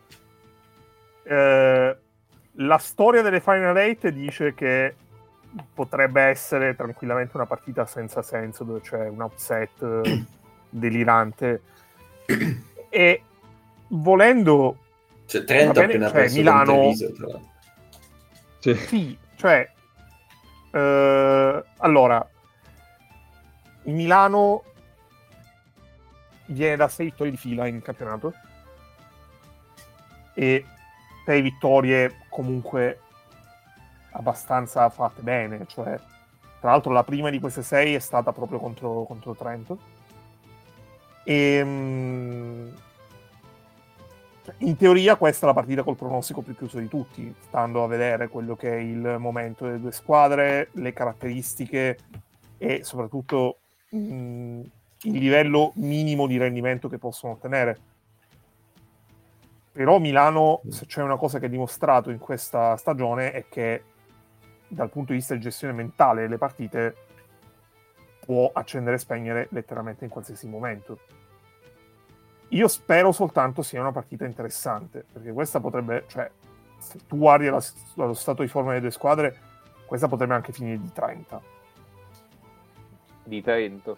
eh, la storia delle Final Eight dice che potrebbe essere tranquillamente una partita senza senso dove c'è un upset eh, delirante e volendo Cioè, Trento Va ha bene, appena cioè, perso Milano- con Treviso, tra l'altro. Sì. sì, cioè eh, allora il Milano viene da sei vittorie di fila in campionato e sei vittorie comunque abbastanza fatte bene, cioè tra l'altro la prima di queste sei è stata proprio contro, contro Trento e mh, in teoria questa è la partita col pronostico più chiuso di tutti, stando a vedere quello che è il momento delle due squadre, le caratteristiche e soprattutto mh, il livello minimo di rendimento che possono ottenere. Però Milano, se c'è una cosa che ha dimostrato in questa stagione è che dal punto di vista di gestione mentale delle partite può accendere e spegnere letteralmente in qualsiasi momento. Io spero soltanto sia una partita interessante, perché questa potrebbe, cioè, se tu guardi la, lo stato di forma delle due squadre, questa potrebbe anche finire di trenta. di Trento.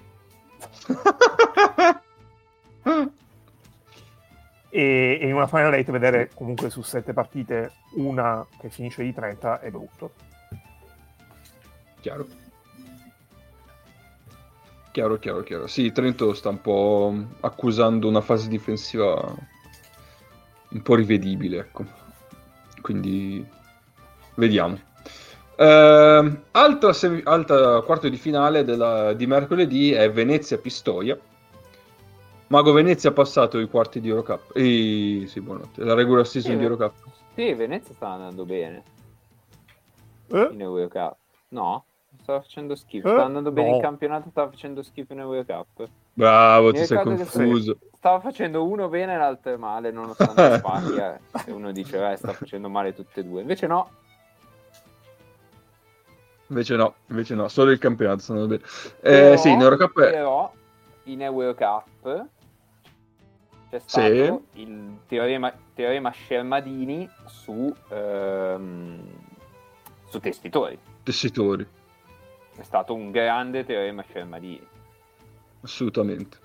E, e in una Final Eight vedere comunque su sette partite una che finisce di trenta è brutto. Chiaro. Chiaro, chiaro, chiaro. Sì, Trento sta un po' accusando una fase difensiva un po' rivedibile, ecco. Quindi vediamo. Eh, altra, semi- altra quarto di finale della- di mercoledì è Venezia-Pistoia. Mago Venezia ha passato i quarti di Eurocup. E... Sì, buonanotte. La regular season Sì, di Eurocup. Sì, Venezia sta andando bene Eh? in Eurocup. No, stava facendo schifo. Eh? Sta andando bene No. in campionato, stava facendo schifo in Eurocup. Bravo, Mi ti sei ricordo che confuso. Stava facendo uno bene e l'altro male, nonostante spacchi. Eh. E uno dice, eh, sta facendo male tutte e due. Invece no. Invece no, invece no, solo il campionato sta andando bene. Eh, Però- sì, in Eurocup è... Però in Eurocup c'è Sì. stato il teorema, teorema Scermadini su, ehm, su testitori. tessitori. È stato un grande teorema Scermadini. Assolutamente.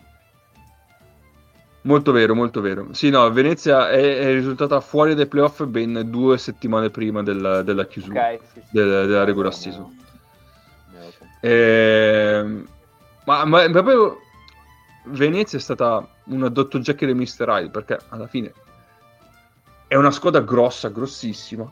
Molto vero, molto vero. Sì, no, Venezia è, è risultata fuori dai playoff ben due settimane prima della, della chiusura Ok, sì, sì. del- della Eh, regular no, season. no, no. Ehm, ma, ma proprio Venezia è stata una Dottor Jekyll e mister Hyde, perché alla fine è una squadra grossa, grossissima,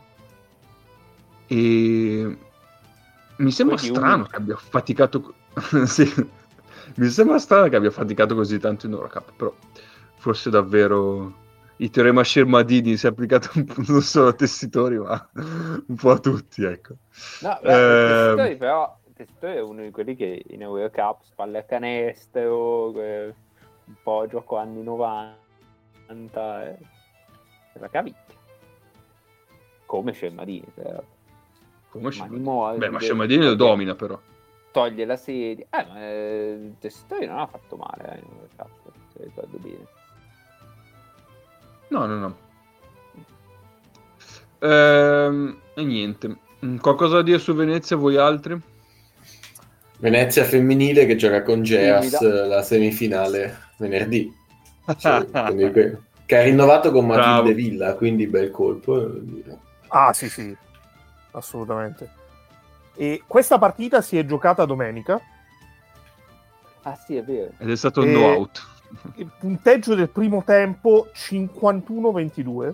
e mi sembra Quindi strano un- che abbia faticato co- sì. Mi sembra strano che abbia faticato così tanto in Eurocup, però forse davvero il teorema Scermadini si è applicato un po' non solo a tessitori ma un po' a tutti, ecco. No, beh, Ehm, tessitori però Testore è uno di quelli che in Eurocup spalle a canestro, eh, un po' gioco anni novanta, eh, la cavicchia. Come Scermadini, Come Scermadini? Morbide, Beh, ma Scermadini lo domina però. Toglie la sedia. Eh, ma eh, Testore non ha fatto male, eh, in Eurocup, se ricordo bene. No, no, no. Ehm, e niente. Qualcosa da dire su Venezia, voi altri? Venezia femminile che gioca con Geas Timida. la semifinale venerdì. Cioè, quindi, che ha rinnovato con Matilde Bravo. Villa, quindi bel colpo. Ah, sì, sì, assolutamente. E questa partita si è giocata domenica. Ah sì, è vero. Ed è stato un E- no out. Il punteggio del primo tempo cinquantuno ventidue.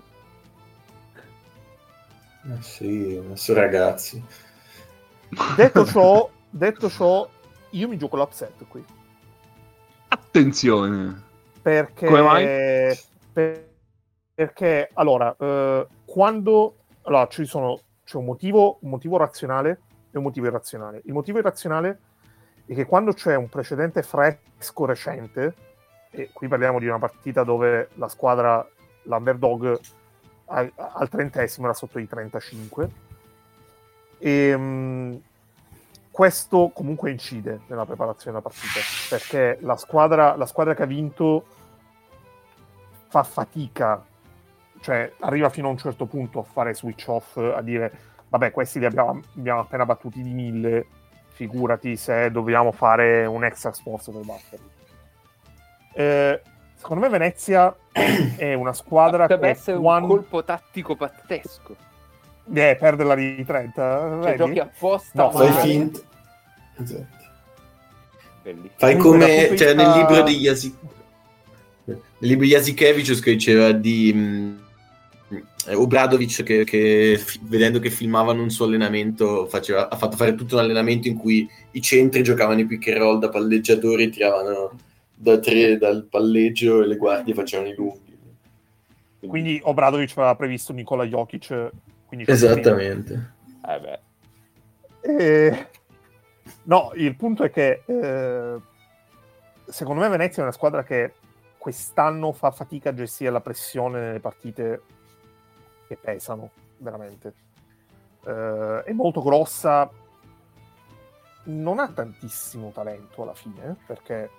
Eh sì, adesso ragazzi. Detto ciò, detto ciò, io mi gioco l'upset qui. Attenzione. Perché, Come mai? per- perché allora, eh, quando allora, ci sono, c'è un motivo, un motivo razionale e un motivo irrazionale. Il motivo irrazionale è che quando c'è un precedente fresco recente, e qui parliamo di una partita dove la squadra, l'underdog, al, al trentesimo era sotto i trentacinque, e mh, questo comunque incide nella preparazione della partita, perché la squadra, la squadra che ha vinto fa fatica, cioè arriva fino a un certo punto a fare switch off, a dire vabbè, questi li abbiamo, abbiamo appena battuti di mille, figurati se dobbiamo fare un extra sforzo per batterli. Eh, secondo me Venezia è una squadra Potrebbe che essere quando... un colpo tattico pazzesco. Eh, perde la di trenta, Cioè vedi? giochi apposta No, Fai male. finta. Esatto. Bellissimo. Fai Comunque, dal come punto di cioè, nel vista- libro di Yasi... nel libro di Jasikevicius che diceva di mh, Obradovic che, che fi- vedendo che filmavano un suo allenamento faceva, ha fatto fare tutto un allenamento in cui i centri giocavano i pick and roll da palleggiatori, tiravano da tre dal palleggio e le guardie facevano i lunghi. Quindi Obradovic aveva previsto Nikola Jokic, quindi Esattamente. Eh beh. Eh, no, il punto è che eh, secondo me Venezia è una squadra che quest'anno fa fatica a gestire la pressione nelle partite che pesano, veramente. Eh, è molto grossa, non ha tantissimo talento alla fine, perché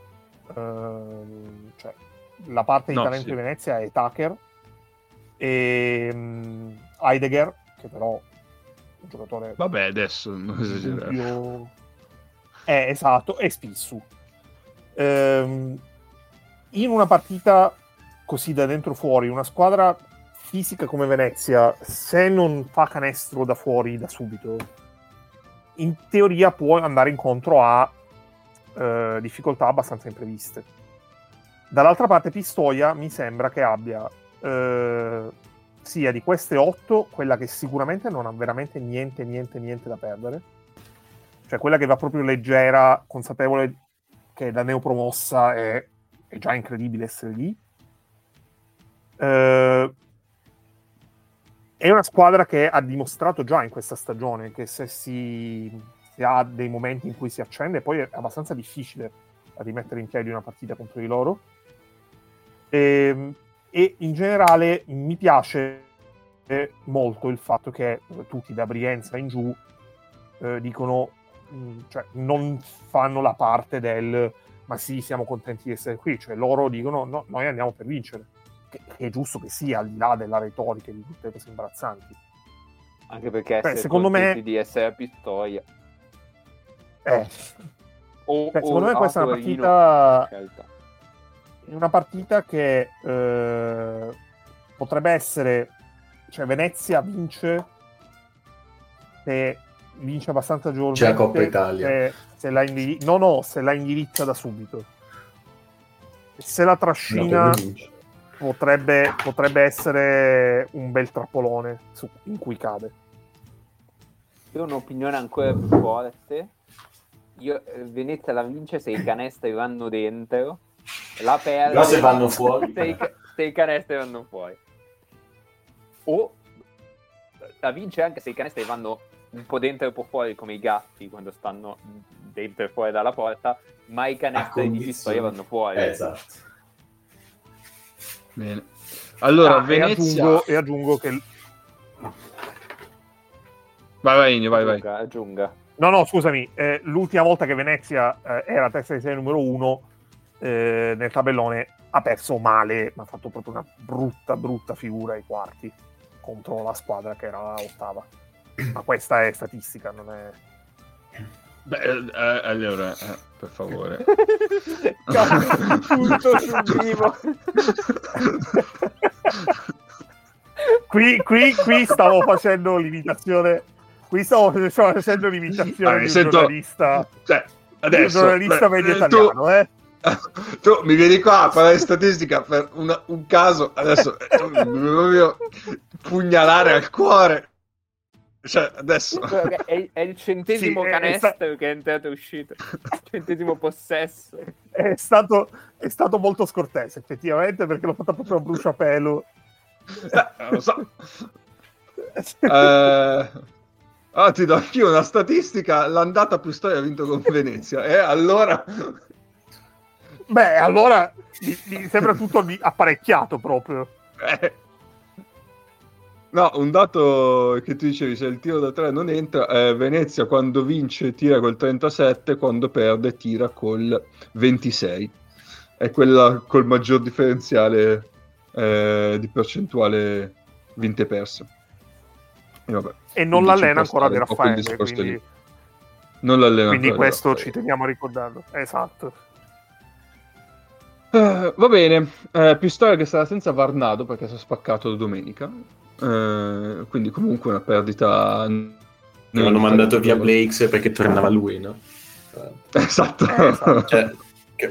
ehm, cioè, la parte di No, talento sì. di Venezia è Tucker e um, Heidegger, che però è un giocatore Vabbè, adesso non esagerare. dubbio. Eh, esatto, e Spissu. Ehm, in una partita così da dentro fuori, una squadra fisica come Venezia, se non fa canestro da fuori da subito, in teoria può andare incontro a eh, difficoltà abbastanza impreviste. Dall'altra parte Pistoia mi sembra che abbia eh, sia di queste otto quella che sicuramente non ha veramente niente, niente, niente da perdere. Cioè quella che va proprio leggera, consapevole che da neopromossa è, è già incredibile essere lì. Eh, è una squadra che ha dimostrato già in questa stagione che se si, si ha dei momenti in cui si accende, poi è abbastanza difficile rimettere in piedi una partita contro di loro. E, e in generale mi piace molto il fatto che tutti da Brienza in giù eh, dicono, mh, cioè non fanno la parte del ma sì, siamo contenti di essere qui, cioè loro dicono no, noi andiamo per vincere, che, che è giusto che sia, al di là della retorica e di tutte cose imbarazzanti. Anche perché Beh, essere secondo me- contenti di essere a Pistoia Eh, o, Beh, secondo o me questa è a una Torino, partita- scelta. è una partita che eh, potrebbe essere, cioè Venezia vince se vince abbastanza agevolmente, C'è la Coppa Italia. se, se la indiri- no no se la indirizza da subito, se la No, trascina per me vince. potrebbe, potrebbe essere un bel trappolone su- in cui cade. Io ho un'opinione ancora più forte. Io, eh, Venezia la vince se i canestri vanno dentro, la perde Però se vanno fuori, se i, ca- se i canestri vanno fuori, o la vince anche se i canestri vanno un po' dentro e un po' fuori come i gatti quando stanno dentro e fuori dalla porta, ma i canestri di Pistoia vanno fuori. Esatto. Bene. Allora, Ah, Venezia... e, aggiungo, e aggiungo che... Vai, vai, Ennio, vai, vai. Aggiunga, aggiunga. No, no, scusami, eh, l'ultima volta che Venezia eh, era testa di serie numero uno eh, nel tabellone ha perso male, ma ha fatto proprio una brutta, brutta figura ai quarti contro la squadra che era ottava. Ma questa è statistica, non è... Beh, eh, allora, eh, per favore. Punto sul vivo. qui, qui, qui stavo facendo l'imitazione... Qui stavo facendo l'imitazione Ah, di un sento... giornalista... Cioè, di un adesso... giornalista beh, medio tu... italiano, eh? Tu mi vieni qua a parlare di statistica per una, un caso, adesso tu mi devi proprio pugnalare al cuore. Cioè, adesso... È, è il centesimo Sì, è- canestro è sta- che è entrato e uscito. Il centesimo possesso. È stato, è stato molto scortese, effettivamente, perché l'ho fatta proprio a bruciapelo. Eh, non lo so. Eh, ah, ti do anch'io una statistica. L'andata a Pistoia ha vinto con Venezia. E eh, allora... Beh, allora mi, mi sembra tutto lì apparecchiato proprio. Eh. No, un dato che tu dicevi, se il tiro da tre non entra, eh, Venezia quando vince tira col trentasette, quando perde tira col ventisei. È quella col maggior differenziale eh, di percentuale vinte e perse. E, vabbè, E non quindi ci l'allena può ancora stare De un po' quel Raffaele, discorso quindi, lì. Non l'allena quindi ancora De questo Raffaele. ci teniamo a ricordarlo. Esatto. Eh, va bene, eh, Pistoia che sarà senza Varnado perché si è spaccato domenica, eh, quindi comunque una perdita. Che hanno mandato via Blakes perché tornava lui, no? Esatto. Eh, esatto. Cioè, che...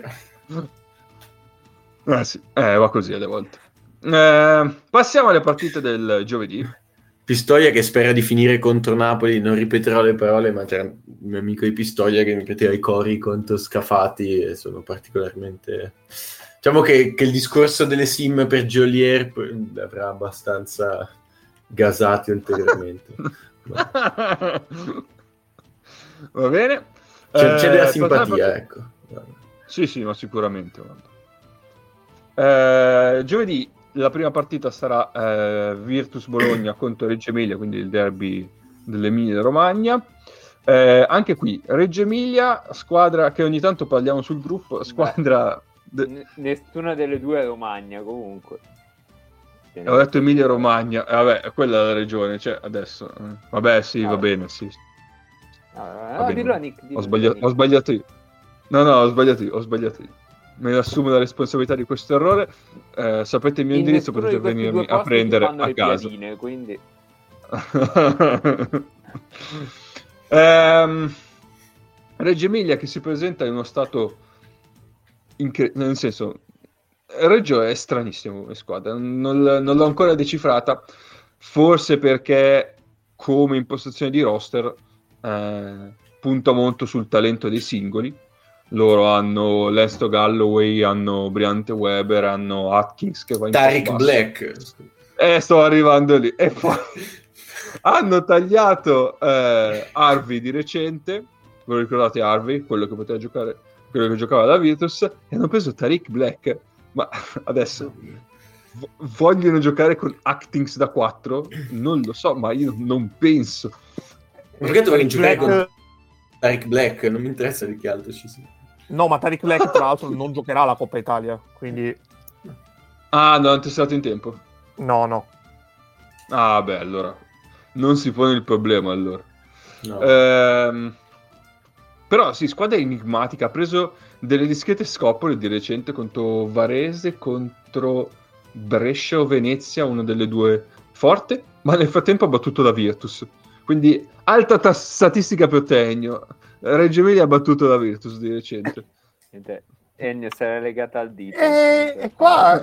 Eh sì, eh, va così alle volte. Eh, passiamo alle partite del giovedì. Pistoia che spera di finire contro Napoli, non ripeterò le parole, ma c'era un mio amico di Pistoia che mi ripeteva i cori contro Scafati e sono particolarmente... Diciamo che, che il discorso delle sim per Geolier avrà abbastanza gasati ulteriormente. Va bene. C'è, c'è Eh, della passare simpatia, a- ecco. Sì, sì, ma sicuramente. guarda. Eh, giovedì la prima partita sarà eh, Virtus Bologna contro Reggio Emilia, quindi il derby dell'Emilia Romagna. Eh, anche qui Reggio Emilia, squadra che ogni tanto parliamo sul gruppo, squadra... de- N- nessuna delle due è Romagna, comunque. Ho detto Emilia Romagna, eh, vabbè, quella è la regione, cioè adesso... eh, vabbè, sì, Ah, va vabbè. bene, sì. No, Va no, bene, dillo a va. Nick, dillo Ho, a sbaglia- Nick. ho sbagliato io. No, no, ho sbagliato io, ho sbagliato io. Me ne assumo la responsabilità di questo errore. Eh, sapete il mio In indirizzo, nessuno potete di questi due venirmi a posti prendere fanno a le casa. piadine, quindi... Ehm, Reggio Emilia che si presenta in uno stato incre- nel senso, Reggio è stranissimo come squadra, non, l- non l'ho ancora decifrata, forse perché come impostazione di roster eh, punta molto sul talento dei singoli. Loro hanno Lesto Galloway, hanno Briante Weber, hanno Atkins che va in Tariq basso. Black. Eh, sto arrivando lì. E poi hanno tagliato eh, Harvey di recente. Ve lo ricordate Harvey? Quello che poteva giocare, quello che giocava da Virtus. E hanno preso Tariq Black. Ma adesso vo- vogliono giocare con Atkins da quattro? Non lo so, ma io non penso. Ma perché dovrei giocare Black- con Tariq Black? Non mi interessa di che altro ci sia. No, ma Tariq Black, tra l'altro, non giocherà la Coppa Italia, quindi Ah, non è stato in tempo. no, no. Ah, beh, allora non si pone il problema allora. No. Ehm, però sì, squadra enigmatica, ha preso delle discrete scopole di recente contro Varese, contro Brescia o Venezia, una delle due forte, ma nel frattempo ha battuto la Virtus, quindi alta ta- statistica per te, Ennio. Reggio Emilia ha battuto la Virtus di recente. Niente, Ennio sarà legata al dito. E, e qua...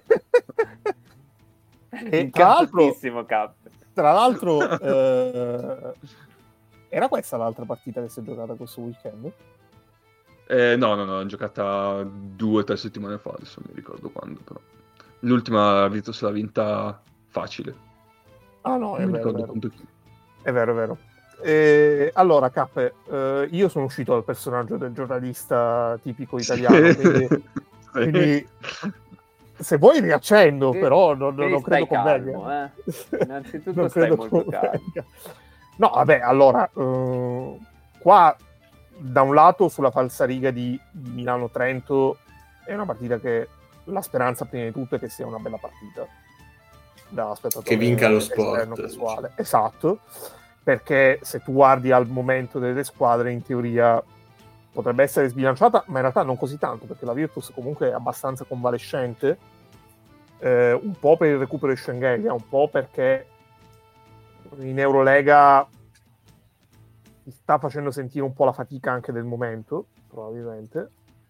e tra l'altro, Incazzatissimo, Cap. tra l'altro eh, era questa l'altra partita che si è giocata questo weekend? Eh, no, no, no, l'ho giocata due o tre settimane fa, adesso non mi ricordo quando, però. L'ultima Virtus l'ha vinta facile. Ah no, è Non mi vero, è ricordo vero. contro chi. È vero, è vero. Eh, allora, Cappe, eh, io sono uscito dal personaggio del giornalista tipico italiano, quindi, quindi se vuoi riaccendo, Sì, però non, non quindi credo stai convenga. calmo, eh. Innanzitutto Non stai credo molto convenga. calmo. No, vabbè, allora, eh, qua da un lato sulla falsariga di Milano-Trento è una partita che la speranza prima di tutto è che sia una bella partita da spettatore Che vinca lo esterno, sport, casuale. Esatto, perché se tu guardi al momento delle squadre in teoria potrebbe essere sbilanciata, ma in realtà non così tanto, perché la Virtus comunque è abbastanza convalescente, eh, un po' per il recupero di Schengelia, un po' perché in Eurolega si sta facendo sentire un po' la fatica anche del momento, probabilmente.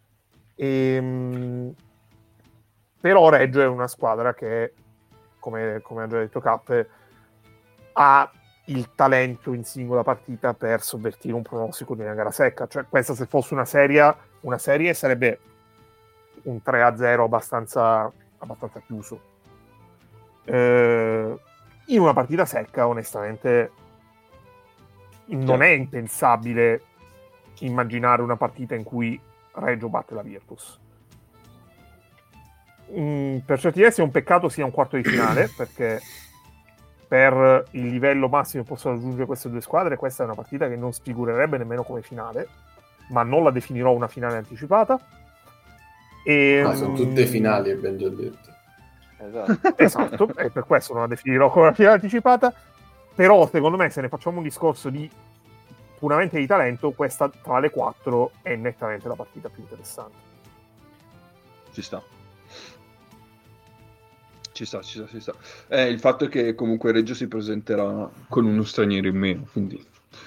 E, però Reggio è una squadra che, come, come ha già detto Cappe, ha il talento in singola partita per sovvertire un pronostico di una gara secca. Cioè, questa se fosse una serie, una serie sarebbe un tre a zero abbastanza, abbastanza chiuso. Eh, in una partita secca, onestamente, non è impensabile immaginare una partita in cui Reggio batte la Virtus. Mm, per certi versi è un peccato sia un quarto di finale, perché per il livello massimo che possono raggiungere queste due squadre, questa è una partita che non sfigurerebbe nemmeno come finale, ma non la definirò una finale anticipata. E, ah, sono tutte finali, abbiamo già detto. Esatto. Esatto, e per questo non la definirò come una finale anticipata, però secondo me se ne facciamo un discorso di puramente di talento, questa tra le quattro è nettamente la partita più interessante. Ci sta. Ci sta, ci sta, ci sta. Eh, il fatto è che comunque Reggio si presenterà con uno straniero in meno, quindi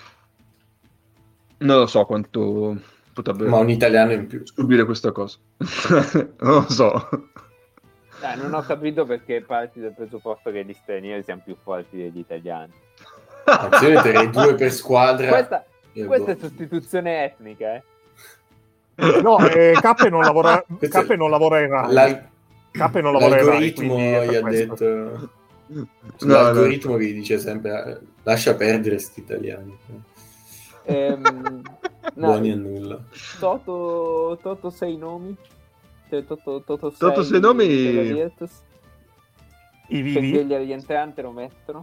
non lo so quanto potrebbe Ma un italiano in più. subire questa cosa. Non lo so. Dai, non ho capito perché parti dal presupposto che gli stranieri siano più forti degli italiani. Anzi, io metterei due per squadra. Questa, e questa è boh. sostituzione etnica, eh. No, eh, Cappe non lavora, Questo è- Cappe non lavora in Rai. L'al- Cappe non lavora in Rai, L'algoritmo quindi è per gli ha questo. detto... No, L'algoritmo no. che gli dice sempre eh, lascia perdere sti italiani. Ehm, no, Buoni a nulla. Toto, Toto sei nomi? Cioè, Toto, Toto, Toto sei nomi- per la Virtus? I vivi, Schengelia rientrante lo mettono?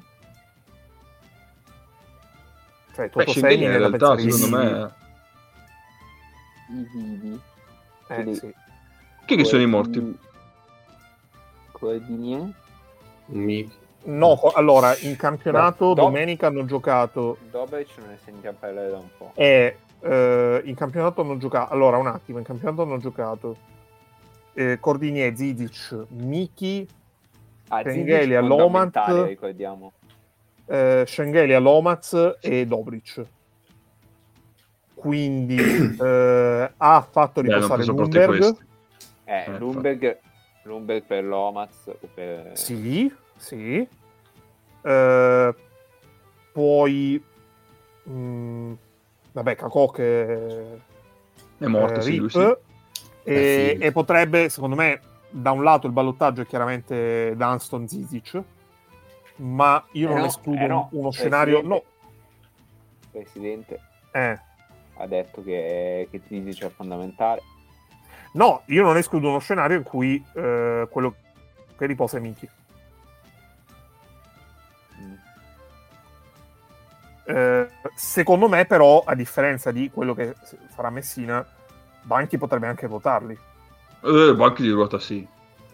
cioè Beh, Toto Schengen Segni in è da realtà, pensare i secondo vivi. me... I vivi. Eh, Quindi- sì. Chi che sono i morti? Coordinier? Mi... No, co- allora, in campionato No, domenica hanno giocato Dobric non ne sentiamo parlare da un po'. e eh, in campionato hanno giocato allora un attimo, in campionato hanno giocato eh, Cordinier, Zizic, Miki, Ah, Schengelia, Zizic fondamentale, Lomaz, ricordiamo. eh, Schengelia, Lomaz e Dobric. Quindi eh, ha fatto Beh, hanno riposare preso proprio Lundberg. questi. Eh, Eh, Lundberg, Lundberg per Lomaz o per... Sì, sì. Eh, poi mh, vabbè, Kakò che È morto, eh, sì, lui Rip, sì. e, finito. e potrebbe, secondo me, da un lato il ballottaggio è chiaramente Dunston Zizic, ma io Eh non no, escludo eh no, un- uno scenario no, Presidente eh, ha detto che, che Zizic è fondamentale. no, io non escludo uno scenario in cui eh, quello che riposa è Miki. Mm. Eh, secondo me, però, a differenza di quello che farà Messina, Banchi potrebbe anche votarli. Eh, banchi di ruota, sì.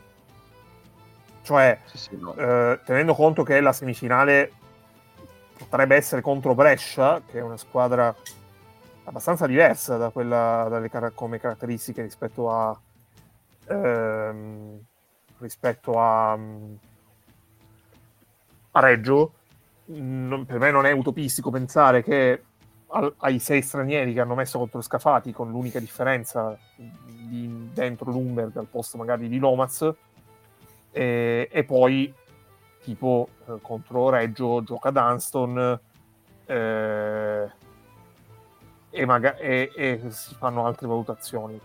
Cioè, Sì, sì, no. eh, tenendo conto che la semifinale potrebbe essere contro Brescia, che è una squadra abbastanza diversa da quella dalle car- come caratteristiche rispetto a ehm, rispetto a, a Reggio. Non- per me non è utopistico pensare che al- ai sei stranieri che hanno messo contro Scafati, con l'unica differenza di dentro Lundberg al posto magari di Lomas, e, e poi tipo eh, contro Reggio gioca Dunston eh, e, maga- e, e si fanno altre valutazioni.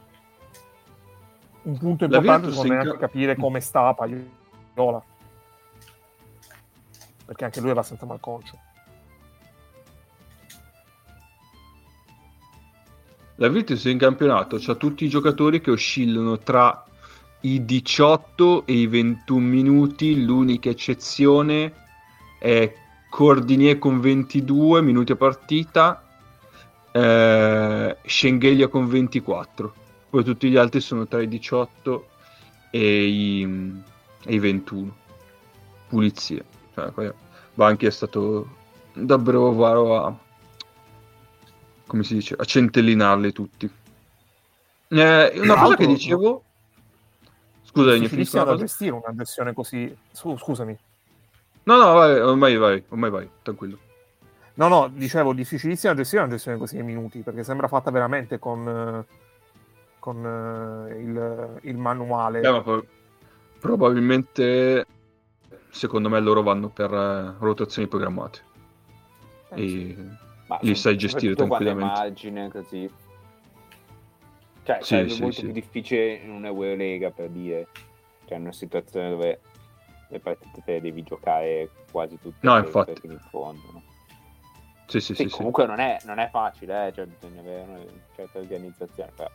Un punto La importante Virtus secondo me è in anche ca- capire come sta Paiola, perché anche lui è abbastanza malconcio. la Virtus in campionato c'ha tutti i giocatori che oscillano tra i diciotto e i ventuno minuti, l'unica eccezione è Cordinier con ventidue minuti a partita, eh, Schengelia con ventiquattro, poi tutti gli altri sono tra i diciotto e i, e i ventuno. Pulizie, cioè, Banchi è stato davvero varo a, come si dice, a centellinarli tutti. Eh, una cosa che dicevo, scusa, difficilissima da gestire una gestione così. Su, scusami. No, no, vai, ormai vai, ormai vai, tranquillo. No, no, dicevo, difficilissima da gestire una gestione così ai minuti, perché sembra fatta veramente con, con uh, il, il manuale. Eh, ma poi, probabilmente, secondo me, loro vanno per uh, rotazioni programmate. Eh, e ma li sai gestire tranquillamente. Margine, così. Cioè, sì, sarebbe sì, molto sì. più difficile in un'Eurolega, per dire. Cioè, in una situazione dove le partite te le devi giocare quasi tutte no, infatti. in fondo, no? Sì, sì, sì, sì, comunque sì. Non, è, non è facile, eh? Cioè, bisogna avere una certa organizzazione. Però.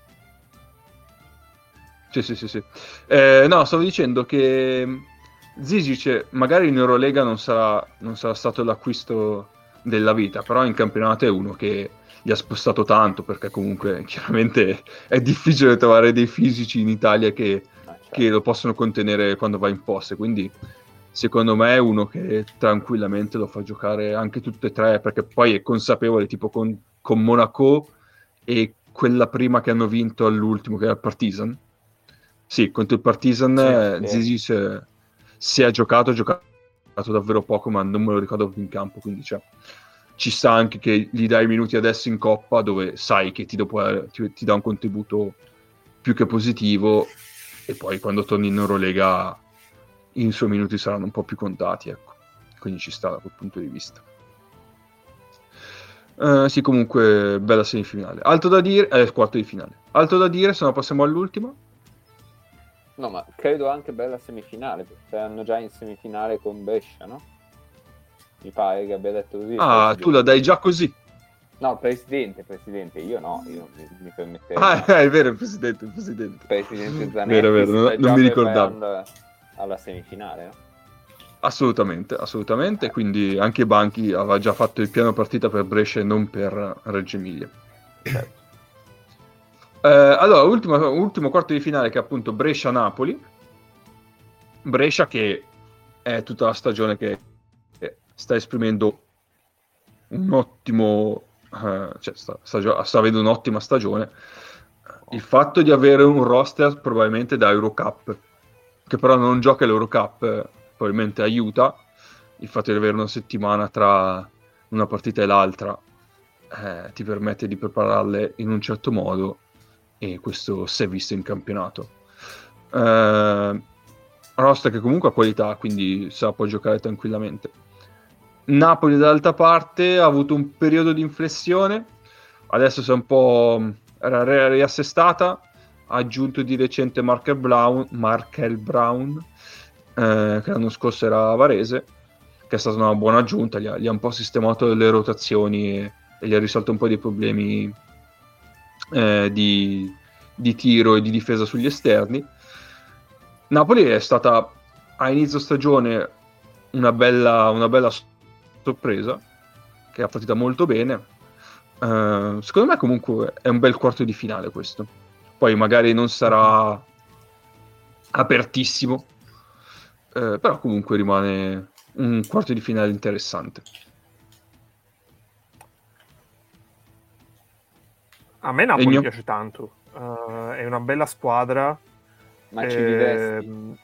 Sì, sì, sì, sì. Eh, no, stavo dicendo che Zizic magari in Eurolega non sarà, non sarà stato l'acquisto della vita, però in campionato è uno che gli ha spostato tanto, perché comunque chiaramente è difficile trovare dei fisici in Italia che, ah, certo. che lo possono contenere quando va in poste, quindi secondo me è uno che tranquillamente lo fa giocare anche tutte e tre, perché poi è consapevole, tipo con, con Monaco e quella prima che hanno vinto all'ultimo, che era il Partizan. Sì, contro il Partizan sì, Zizic si, si è giocato, ha giocato davvero poco, ma non me lo ricordo più in campo, quindi cioè, ci sta anche che gli dai minuti adesso in Coppa, dove sai che ti, dopo, ti, ti dà un contributo più che positivo, e poi quando torni in Eurolega i suoi minuti saranno un po' più contati, ecco. Quindi ci sta da quel punto di vista. Uh, sì, comunque bella semifinale. Altro da dire, eh, quarto di finale. Altro da dire, se no passiamo all'ultima. No, ma credo anche bella semifinale, perché hanno già in semifinale con Brescia, no? Mi pare che abbia detto così. Ah, tu la dai già così? No, presidente, presidente, io no, io mi, mi permetterei. Ah, è vero, il presidente, il presidente. Presidente Zanetti, vero, vero, non, non mi ricordavo. Alla, alla semifinale, no? Assolutamente, assolutamente, quindi anche Banchi aveva già fatto il piano partita per Brescia e non per Reggio Emilia. Certo. Eh, allora, ultimo, ultimo quarto di finale, che è appunto Brescia-Napoli. Brescia che è tutta la stagione che sta esprimendo un ottimo, eh, cioè sta, sta, sta avendo un'ottima stagione. Il fatto di avere un roster probabilmente da Eurocup, che però non gioca l'Eurocup, probabilmente aiuta. Il fatto di avere una settimana tra una partita e l'altra eh, ti permette di prepararle in un certo modo, e questo si è visto in campionato. Eh, roster che comunque ha qualità, quindi se la può giocare tranquillamente. Napoli dall'altra parte ha avuto un periodo di inflessione, adesso si è un po' riassestata, ha aggiunto di recente Markel Brown, Markel Brown eh, che l'anno scorso era a Varese, che è stata una buona aggiunta, gli ha, gli ha un po' sistemato le rotazioni e, e gli ha risolto un po' dei problemi eh, di, di tiro e di difesa sugli esterni. Napoli è stata a inizio stagione una bella, una bella sorpresa, che ha partita molto bene. Uh, secondo me comunque è un bel quarto di finale questo, poi magari non sarà apertissimo, uh, però comunque rimane un quarto di finale interessante. A me Napoli Egno? piace tanto, uh, è una bella squadra. Ma ci eh, vivesti?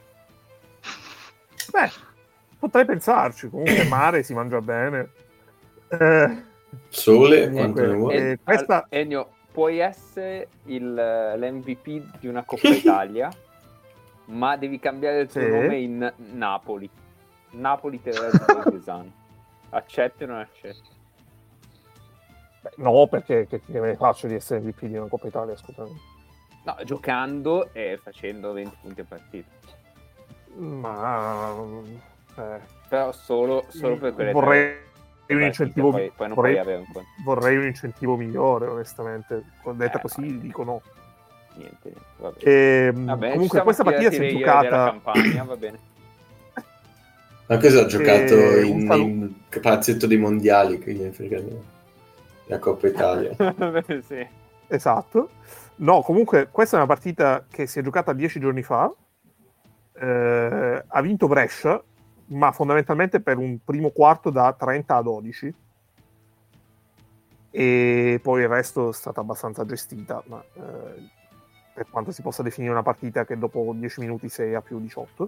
Beh, potrei pensarci. Comunque mare si mangia bene. Eh, Sole, comunque, quanto ne vuoi? eh, questa... Ennio, puoi essere il, l'M V P di una Coppa Italia, ma devi cambiare il tuo Sì. nome in Napoli. Napoli Teresa. Accetti o non accetti? Beh, no, perché che, che me faccio di essere M V P di una Coppa Italia, scusami. No, giocando e facendo venti punti a partita. Ma... Eh, Però solo, solo per quelle vorrei un incentivo, poi, poi non vorrei, puoi avere un po'. vorrei un incentivo migliore, onestamente. Detta Eh, così, vai. dico no. Niente, niente, va bene. E, Va bene, comunque ci questa siamo partita si è tirati le ire giocata della campagna, va bene. Ma questo ha giocato E un in, salu- in palazzetto dei mondiali, quindi ne frega niente. La Coppa Italia. Sì. Esatto. No, comunque questa è una partita che si è giocata dieci giorni fa. Eh, ha vinto Brescia, ma fondamentalmente per un primo quarto da trenta a dodici. E poi il resto è stata abbastanza gestita, ma eh, per quanto si possa definire una partita che dopo dieci minuti sei a più diciotto.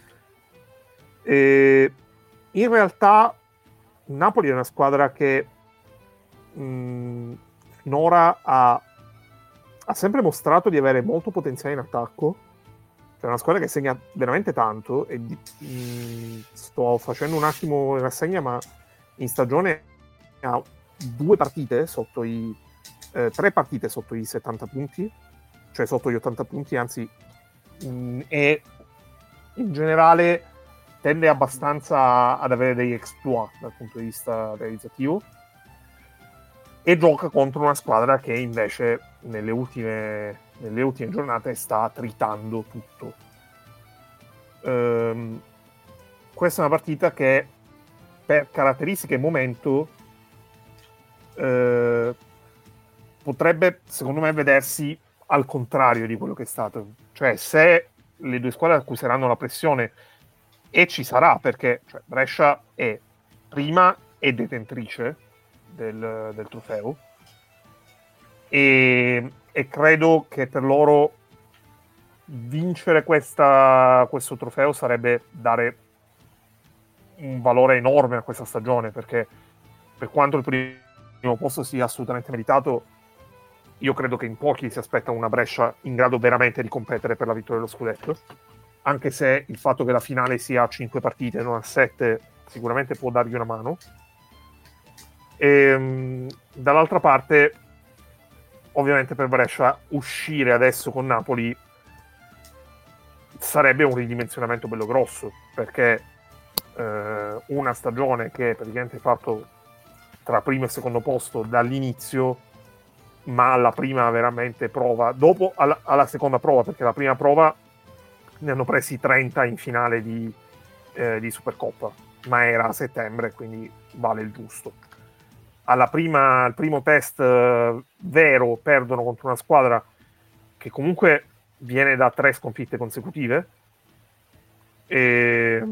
E in realtà Napoli è una squadra che mh, finora ha, ha sempre mostrato di avere molto potenziale in attacco. Cioè una squadra che segna veramente tanto e di, mh, sto facendo un attimo in rassegna, ma in stagione ha due partite sotto i eh, tre partite sotto i settanta punti, cioè sotto gli ottanta punti, anzi mh, e in generale tende abbastanza ad avere degli exploit dal punto di vista realizzativo, e gioca contro una squadra che invece nelle ultime, nelle ultime giornate sta tritando tutto. Ehm, questa è una partita che per caratteristiche e momento eh, potrebbe secondo me vedersi al contrario di quello che è stato. Cioè se le due squadre accuseranno la pressione, e ci sarà, perché cioè, Brescia è prima e detentrice del, del trofeo, e, e credo che per loro vincere questa, questo trofeo sarebbe dare un valore enorme a questa stagione, perché per quanto il primo posto sia assolutamente meritato, io credo che in pochi si aspettano una Brescia in grado veramente di competere per la vittoria dello scudetto, anche se il fatto che la finale sia a cinque partite, non a sette, sicuramente può dargli una mano. E, dall'altra parte, ovviamente per Brescia uscire adesso con Napoli sarebbe un ridimensionamento bello grosso, perché eh, una stagione che praticamente è fatto tra primo e secondo posto dall'inizio, ma alla prima veramente prova, dopo alla, alla seconda prova, perché la prima prova ne hanno presi trenta in finale di, eh, di Supercoppa, ma era a settembre, quindi vale il giusto. Alla prima, al primo test eh, vero perdono contro una squadra che comunque viene da tre sconfitte consecutive, e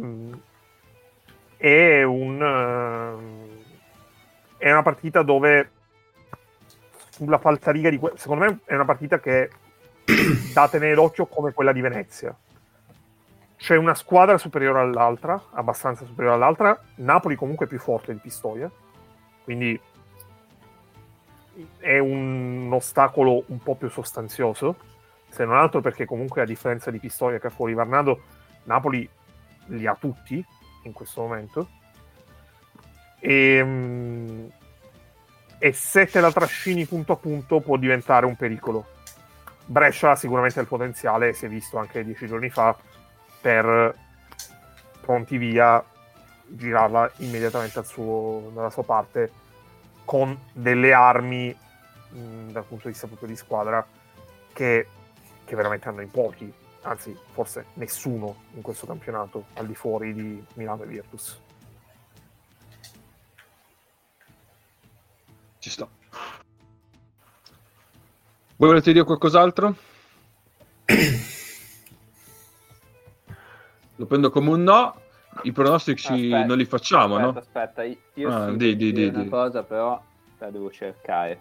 è un è una partita dove sulla falsariga di que- secondo me è una partita che da tenere d'occhio come quella di Venezia. C'è una squadra superiore all'altra, abbastanza superiore all'altra. Napoli comunque è più forte di Pistoia, quindi è un ostacolo un po' più sostanzioso, se non altro perché comunque a differenza di Pistoia che ha fuori Varnado, Napoli li ha tutti in questo momento, e, e se te la trascini punto a punto può diventare un pericolo. Brescia ha sicuramente il potenziale, si è visto anche dieci giorni fa, per pronti via girarla immediatamente al suo, dalla sua parte, con delle armi mh, dal punto di vista proprio di squadra che, che veramente hanno in pochi, anzi forse nessuno in questo campionato al di fuori di Milano e Virtus. Ci sto. Voi volete dire qualcos'altro? Lo prendo come un no. I pronostici Aspetta, non li facciamo, aspetta, no? Aspetta, io Ah, sì, di, devo di, dire di, una di. cosa, però la devo cercare.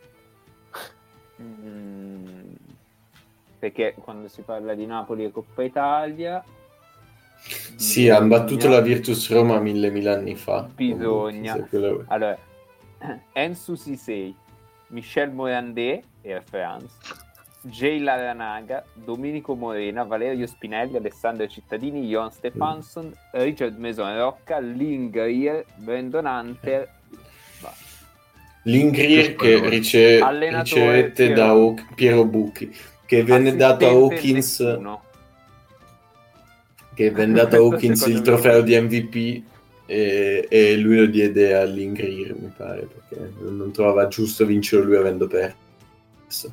Mm, perché quando si parla di Napoli e Coppa Italia... Sì, hanno battuto la Virtus Roma mille mille anni fa. Bisogna... Quello... Allora, Ensu Sisei, Michel Morandé e France, Jay Laranaga, Domenico Morena, Valerio Spinelli, Alessandro Cittadini, Johan Stefansson, mm. Richard Mason Rocca, Lynn Greer, Brandon Hunter. Lynn Greer che rice- ricevette Piero. da Haw- Piero Bucchi, che venne dato a Hawkins nessuno. che venne dato a Hawkins il trofeo di M V P e, e lui lo diede all'Ingrir, mi pare, perché non trovava giusto vincere lui avendo perso.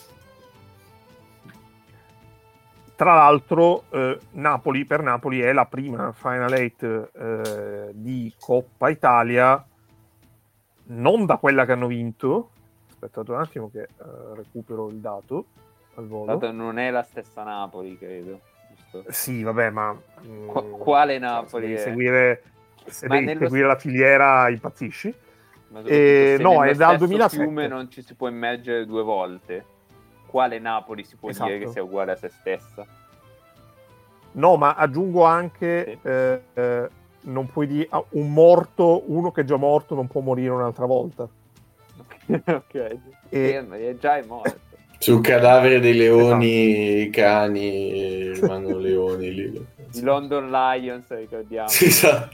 Tra l'altro, eh, Napoli per Napoli è la prima Final Eight eh, di Coppa Italia, non da quella che hanno vinto. Aspettate un attimo che eh, recupero il dato al volo. Dato non è la stessa Napoli, credo. Giusto? Sì, vabbè, ma Qu- quale Napoli? Se devi è? seguire, se Ma devi nello seguire la filiera impazzisci. Ma Eh, se no, nello è dal stesso duemilasette. fiume non ci si può immergere due volte. Quale Napoli si può Esatto. dire che sia uguale a se stessa? No, ma aggiungo anche Sì. eh, eh, non puoi dire ah, un morto, uno che è già morto non può morire un'altra volta. Ok. E- Sì, è già è morto. Sul cadavere dei leoni, Esatto. i cani rimangono leoni lì. I London Lions, ricordiamo. Sì, esatto.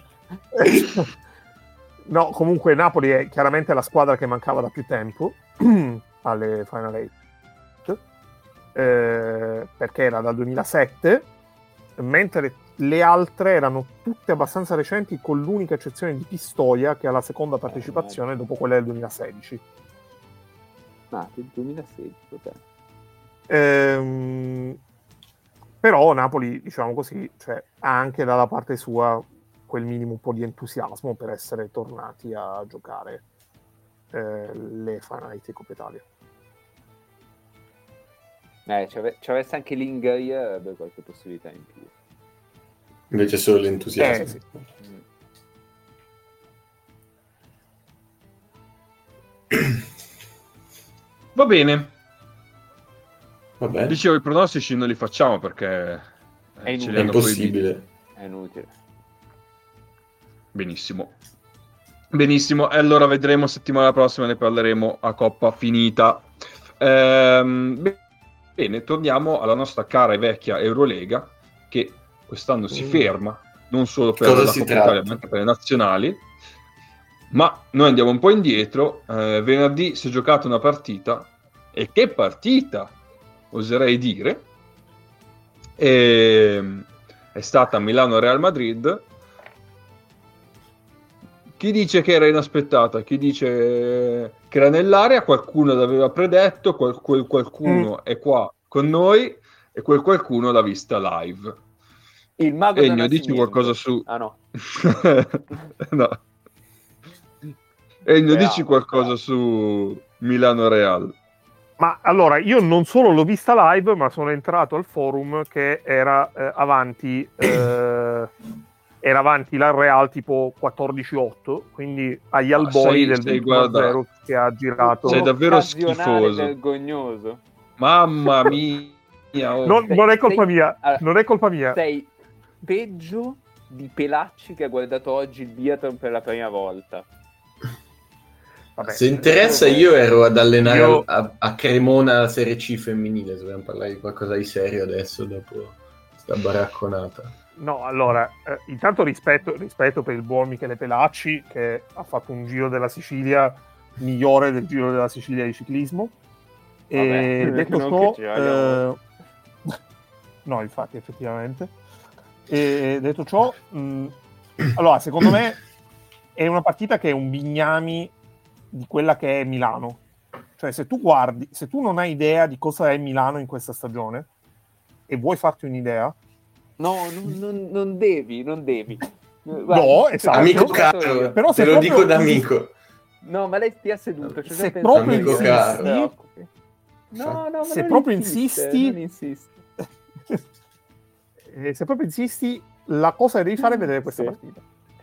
No, comunque Napoli è chiaramente la squadra che mancava da più tempo alle Final Eight, eh, perché era dal duemilasette, mentre le altre erano tutte abbastanza recenti, con l'unica eccezione di Pistoia, che ha la seconda partecipazione dopo quella del duemilasedici. Ah, del duemilasedici, ok. Ehm, però Napoli, diciamo così, cioè, ha anche dalla parte sua quel minimo un po' di entusiasmo per essere tornati a giocare eh, le Final Eight di Coppa Italia. Eh, ci ave- ci avesse anche l'Ingaia, avrebbe qualche possibilità in più. Invece solo l'entusiasmo. Eh, sì. Mm. Va bene. Va bene. Dicevo, i pronostici non li facciamo perché È eh, ce inutile. li È hanno proibiti. impossibile. È inutile. Benissimo. Benissimo, e allora vedremo settimana prossima, ne parleremo a coppa finita. Ehm, be- bene, torniamo alla nostra cara e vecchia Eurolega, che quest'anno si Mm. ferma, non solo per Cosa la si Coppa tratta? Italia, ma anche per le nazionali. Ma noi andiamo un po' indietro. Eh, venerdì si è giocata una partita, e che partita, oserei dire. E, è stata Milano-Real Madrid. Chi dice che era inaspettata, chi dice che era nell'area, qualcuno l'aveva predetto, quel, quel qualcuno Mm. è qua con noi e quel qualcuno l'ha vista live. Il mago Ennio, del dici Nascimento. qualcosa su... Ah no. no. Ennio, Real, dici qualcosa Real. su Milano-Real. Ma allora, io non solo l'ho vista live, ma sono entrato al forum che era eh, avanti eh, era avanti la Real tipo quattordici otto, quindi agli Ah, albori sei- del sei, ventuno a zero guarda, che ha girato. sei davvero Occasionale schifoso. vergognoso. Mamma mia, oh. Non, non è colpa Sei- mia, allora, non è colpa mia. Sei peggio di Pelacci che ha guardato oggi il biathlon per la prima volta. Vabbè, Se interessa, io ero ad allenare Io- a, a Cremona la Serie C femminile. Se vogliamo parlare di qualcosa di serio adesso, dopo sta baracconata. No, allora, eh, intanto rispetto, rispetto per il buon Michele Pelacci, che ha fatto un giro della Sicilia migliore del giro della Sicilia di ciclismo. E Vabbè, detto non ciò, che ci vogliamo. eh, no, infatti, effettivamente. E detto ciò, mh, allora, secondo me è una partita che è un bignami di quella che è Milano. Cioè, se tu guardi, se tu non hai idea di cosa è Milano in questa stagione e vuoi farti un'idea, No, non, non- non devi, non devi. No, esatto. Amico io- caro, però te se lo proprio- dico da amico. No, ma lei stia seduto. ci ho già Se pensato proprio io, insisti- non si preoccupi. No, no, ma Se non proprio insiste, insisti- non insiste. eh, se proprio insisti, la cosa che devi fare è vedere questa Sì. partita.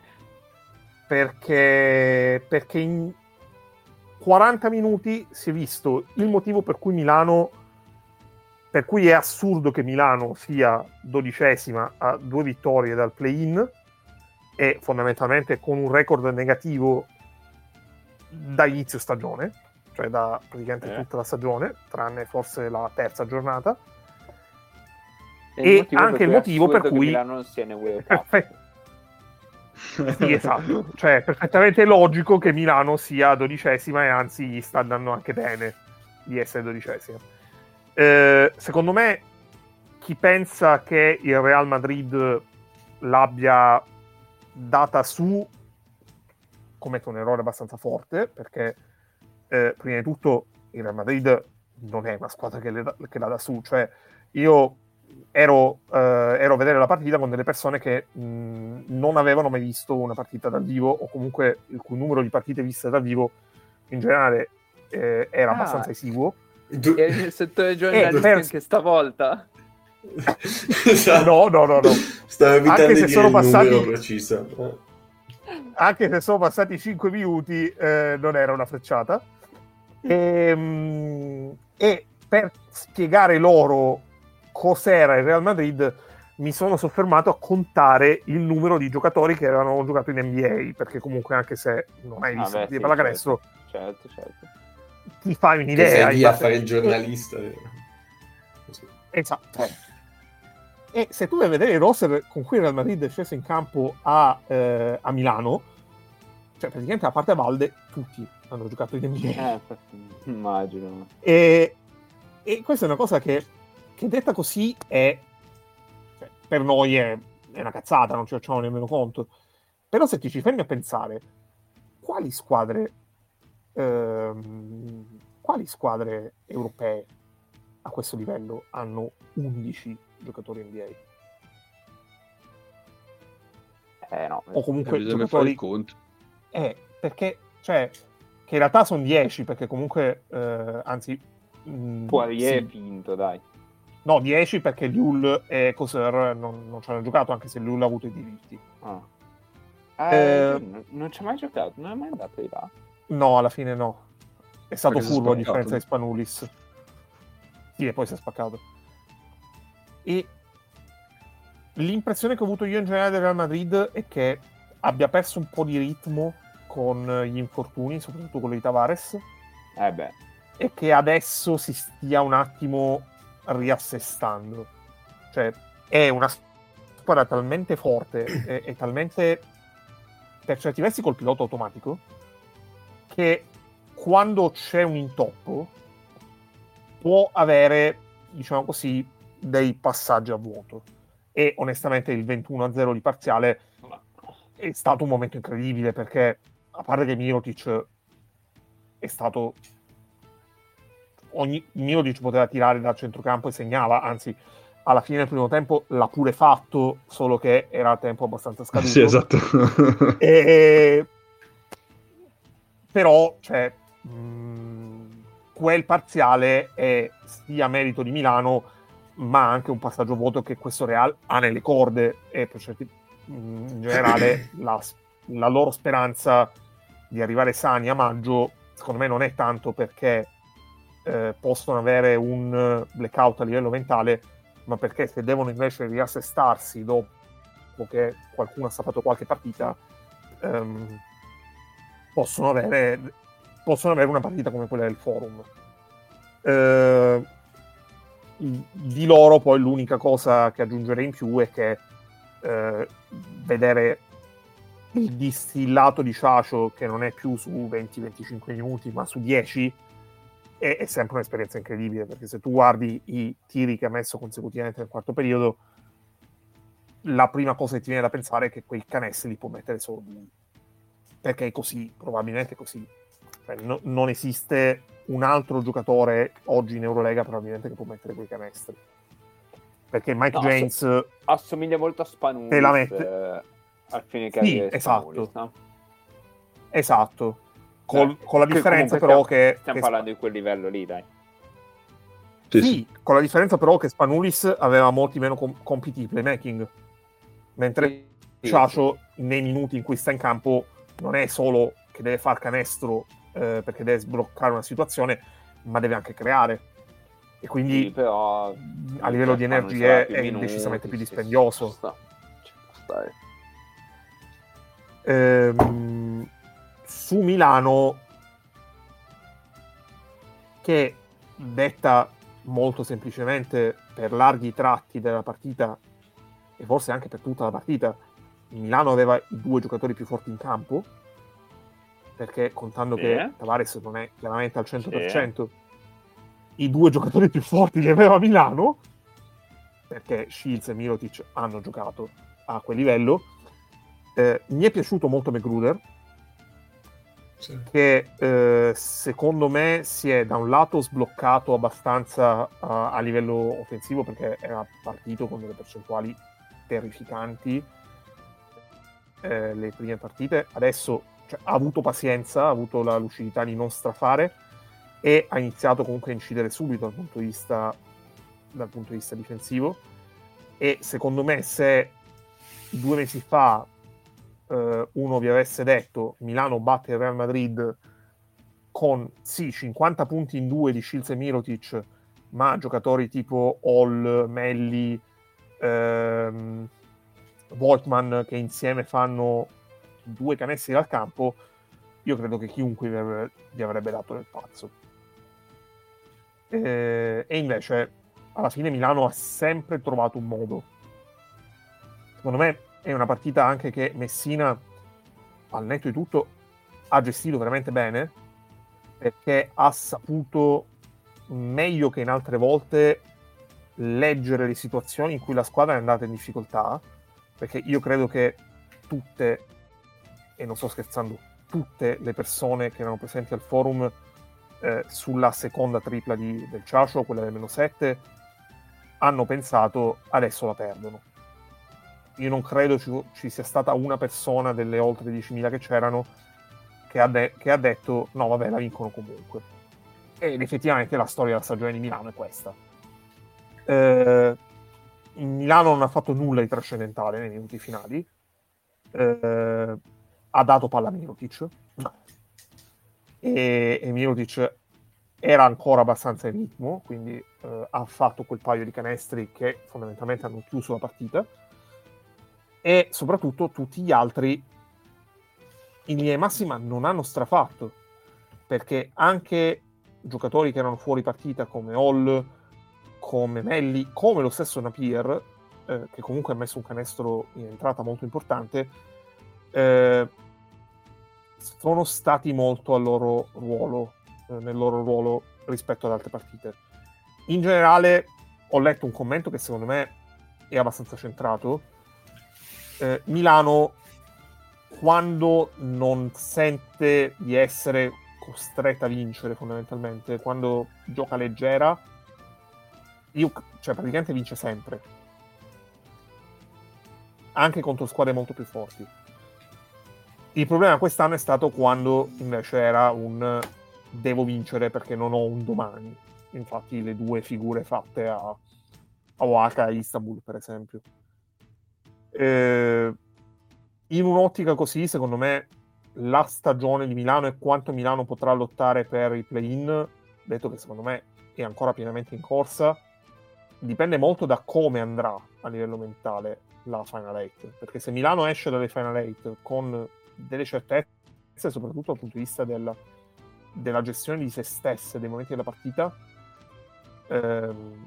Perché, perché in quaranta minuti si è visto il motivo per cui Milano, per cui è assurdo che Milano sia dodicesima a due vittorie dal play-in e fondamentalmente con un record negativo da inizio stagione, cioè da praticamente Eh. tutta la stagione, tranne forse la terza giornata. È E motivo anche per il cui è motivo per assurdo che cui- Milano non sia in Europa. Perfetto. Sì, esatto, cioè è perfettamente logico che Milano sia dodicesima e anzi gli sta andando anche bene di essere dodicesima. Eh, secondo me chi pensa che il Real Madrid l'abbia data su commette un errore abbastanza forte, perché eh, prima di tutto il Real Madrid non è una squadra che, le, che la dà su, cioè io ero, eh, ero a vedere la partita con delle persone che mh, non avevano mai visto una partita dal vivo, o comunque il cui numero di partite viste dal vivo in generale eh, era Ah. abbastanza esiguo. Eri nel settore giornalistico per- anche stavolta? No, no, no, no. Stavo evitando Anche di se dire sono il passati- numero preciso. Eh. Anche se sono passati cinque minuti, eh, non era una frecciata. E, e per spiegare loro cos'era il Real Madrid, mi sono soffermato a contare il numero di giocatori che avevano giocato in N B A, perché comunque anche se non hai visto Ah, beh, di sì, pallacanestro, Certo, certo. ti fai Che un'idea. sei in lì a base- fare il giornalista. eh. Esatto. E se tu vai a vedere il roster con cui il Real Madrid è sceso in campo a, eh, a Milano, cioè praticamente a parte Valde, tutti hanno giocato in N B A. Eh, infatti, immagino. E, e questa è una cosa che, che detta così è, cioè, per noi è, è una cazzata, non ci facciamo nemmeno conto. Però se ti ci fermi a pensare, quali squadre ehm, quali squadre europee a questo livello hanno undici giocatori N B A? Eh no, O comunque bisogna fare il giocatori... conto. Eh, perché, cioè, che in realtà sono dieci, perché comunque, eh, anzi... mh, Poirier sì. è finto, dai. No, dieci perché Liul e Coser non, non ci hanno giocato, anche se Liul ha avuto i diritti. Ah. Eh, Eh, non, non ci ha mai giocato, non è mai andato di là. No, alla fine no. È stato Perché si è furbo a spaccato, differenza no? di Spanulis. Sì, e poi si è spaccato. E l'impressione che ho avuto io in generale del Real Madrid è che abbia perso un po' di ritmo con gli infortuni, soprattutto quello di Tavares, Eh beh, e che adesso si stia un attimo riassestando. Cioè, è una squadra talmente forte e, e talmente, per certi versi, col pilota automatico, che quando c'è un intoppo può avere, diciamo così, dei passaggi a vuoto. E onestamente il ventuno a zero di parziale è stato un momento incredibile, perché a parte che Mirotic è stato... Ogni... Mirotic poteva tirare dal centrocampo e segnava, anzi alla fine del primo tempo l'ha pure fatto, solo che era a tempo abbastanza scaduto. Sì, esatto. E... Però, cioè, mh, quel parziale è sia merito di Milano, ma anche un passaggio a vuoto che questo Real ha nelle corde, e per certi, mh, in generale la, la loro speranza di arrivare sani a maggio, secondo me non è tanto perché eh, possono avere un blackout a livello mentale, ma perché se devono invece riassestarsi dopo che qualcuno ha salvato qualche partita, ehm, possono avere possono avere una partita come quella del Forum. Eh, di loro poi l'unica cosa che aggiungerei in più è che eh, vedere il distillato di Ciacio, che non è più su venti venticinque minuti ma su dieci, è, è sempre un'esperienza incredibile, perché se tu guardi i tiri che ha messo consecutivamente nel quarto periodo, la prima cosa che ti viene da pensare è che quei canestri li può mettere solo lui, perché è così, probabilmente è così. Cioè, no, non esiste un altro giocatore oggi in Eurolega probabilmente che può mettere quei canestri, perché Mike No, James so- assomiglia molto a Spanulis, te la mette. eh, al fine Sì, carriera di esatto. Spanulis, no? esatto col- Eh, con la che differenza comunque però stiamo, che, stiamo che parlando di quel livello lì, dai. Sì, sì, sì. con la differenza però che Spanulis aveva molti meno com- compiti di playmaking, mentre Sì, sì, Ciacio nei minuti in cui sta in campo non è solo che deve far canestro eh, perché deve sbloccare una situazione, ma deve anche creare, e quindi sì, però a livello di Spanulis energie aveva più è minuti, decisamente più sì, sì, dispendioso. ci sta, ci può stare. Ehm, su Milano, che detta molto semplicemente per larghi tratti della partita e forse anche per tutta la partita, Milano aveva i due giocatori più forti in campo, perché contando Sì. che Tavares non è chiaramente al cento per cento, i due giocatori più forti li aveva Milano, perché Shields e Mirotic hanno giocato a quel livello, Eh, mi è piaciuto molto McGruder, Sì. che eh, secondo me si è da un lato sbloccato abbastanza a, a livello offensivo, perché era partito con delle percentuali terrificanti eh, le prime partite. Adesso cioè, ha avuto pazienza, ha avuto la lucidità di non strafare e ha iniziato comunque a incidere subito dal punto di vista, dal punto di vista difensivo. E secondo me, se due mesi fa Uh, uno vi avesse detto Milano batte il Real Madrid con sì cinquanta punti in due di Shields e Mirotic, ma giocatori tipo Hall, Melli, ehm, Voltman che insieme fanno due canestri dal campo, io credo che chiunque vi avrebbe, vi avrebbe dato del pazzo. E, e invece alla fine Milano ha sempre trovato un modo. Secondo me è una partita anche che Messina, al netto di tutto, ha gestito veramente bene, perché ha saputo, meglio che in altre volte, leggere le situazioni in cui la squadra è andata in difficoltà, perché io credo che tutte, e non sto scherzando, tutte le persone che erano presenti al forum eh, sulla seconda tripla di, del Ciacio, quella del meno sette, hanno pensato adesso la perdono. Io non credo ci, ci sia stata una persona delle oltre diecimila che c'erano che ha, de- che ha detto no vabbè la vincono comunque. Ed effettivamente la storia della stagione di Milano è questa. Eh, Milano non ha fatto nulla di trascendentale nei minuti finali, eh, ha dato palla a Mirotic e, e Mirotic era ancora abbastanza in ritmo, quindi eh, ha fatto quel paio di canestri che fondamentalmente hanno chiuso la partita. E soprattutto tutti gli altri in linea di massima non hanno strafatto, perché anche giocatori che erano fuori partita come Hall, come Melli, come lo stesso Napier, eh, che comunque ha messo un canestro in entrata molto importante, eh, sono stati molto al loro ruolo, eh, nel loro ruolo rispetto ad altre partite. In generale ho letto un commento che secondo me è abbastanza centrato. Eh, Milano, quando non sente di essere costretta a vincere, fondamentalmente, quando gioca leggera, io, cioè praticamente vince sempre, anche contro squadre molto più forti. Il problema quest'anno è stato quando invece era un devo vincere perché non ho un domani. Infatti le due figure fatte a, a Oaxaca e Istanbul, per esempio. Eh, in un'ottica così, secondo me, la stagione di Milano e quanto Milano potrà lottare per i play-in, detto che secondo me è ancora pienamente in corsa, dipende molto da come andrà a livello mentale la Final Eight, perché se Milano esce dalle Final Eight con delle certezze, soprattutto dal punto di vista della, della gestione di se stesse, dei momenti della partita, ehm,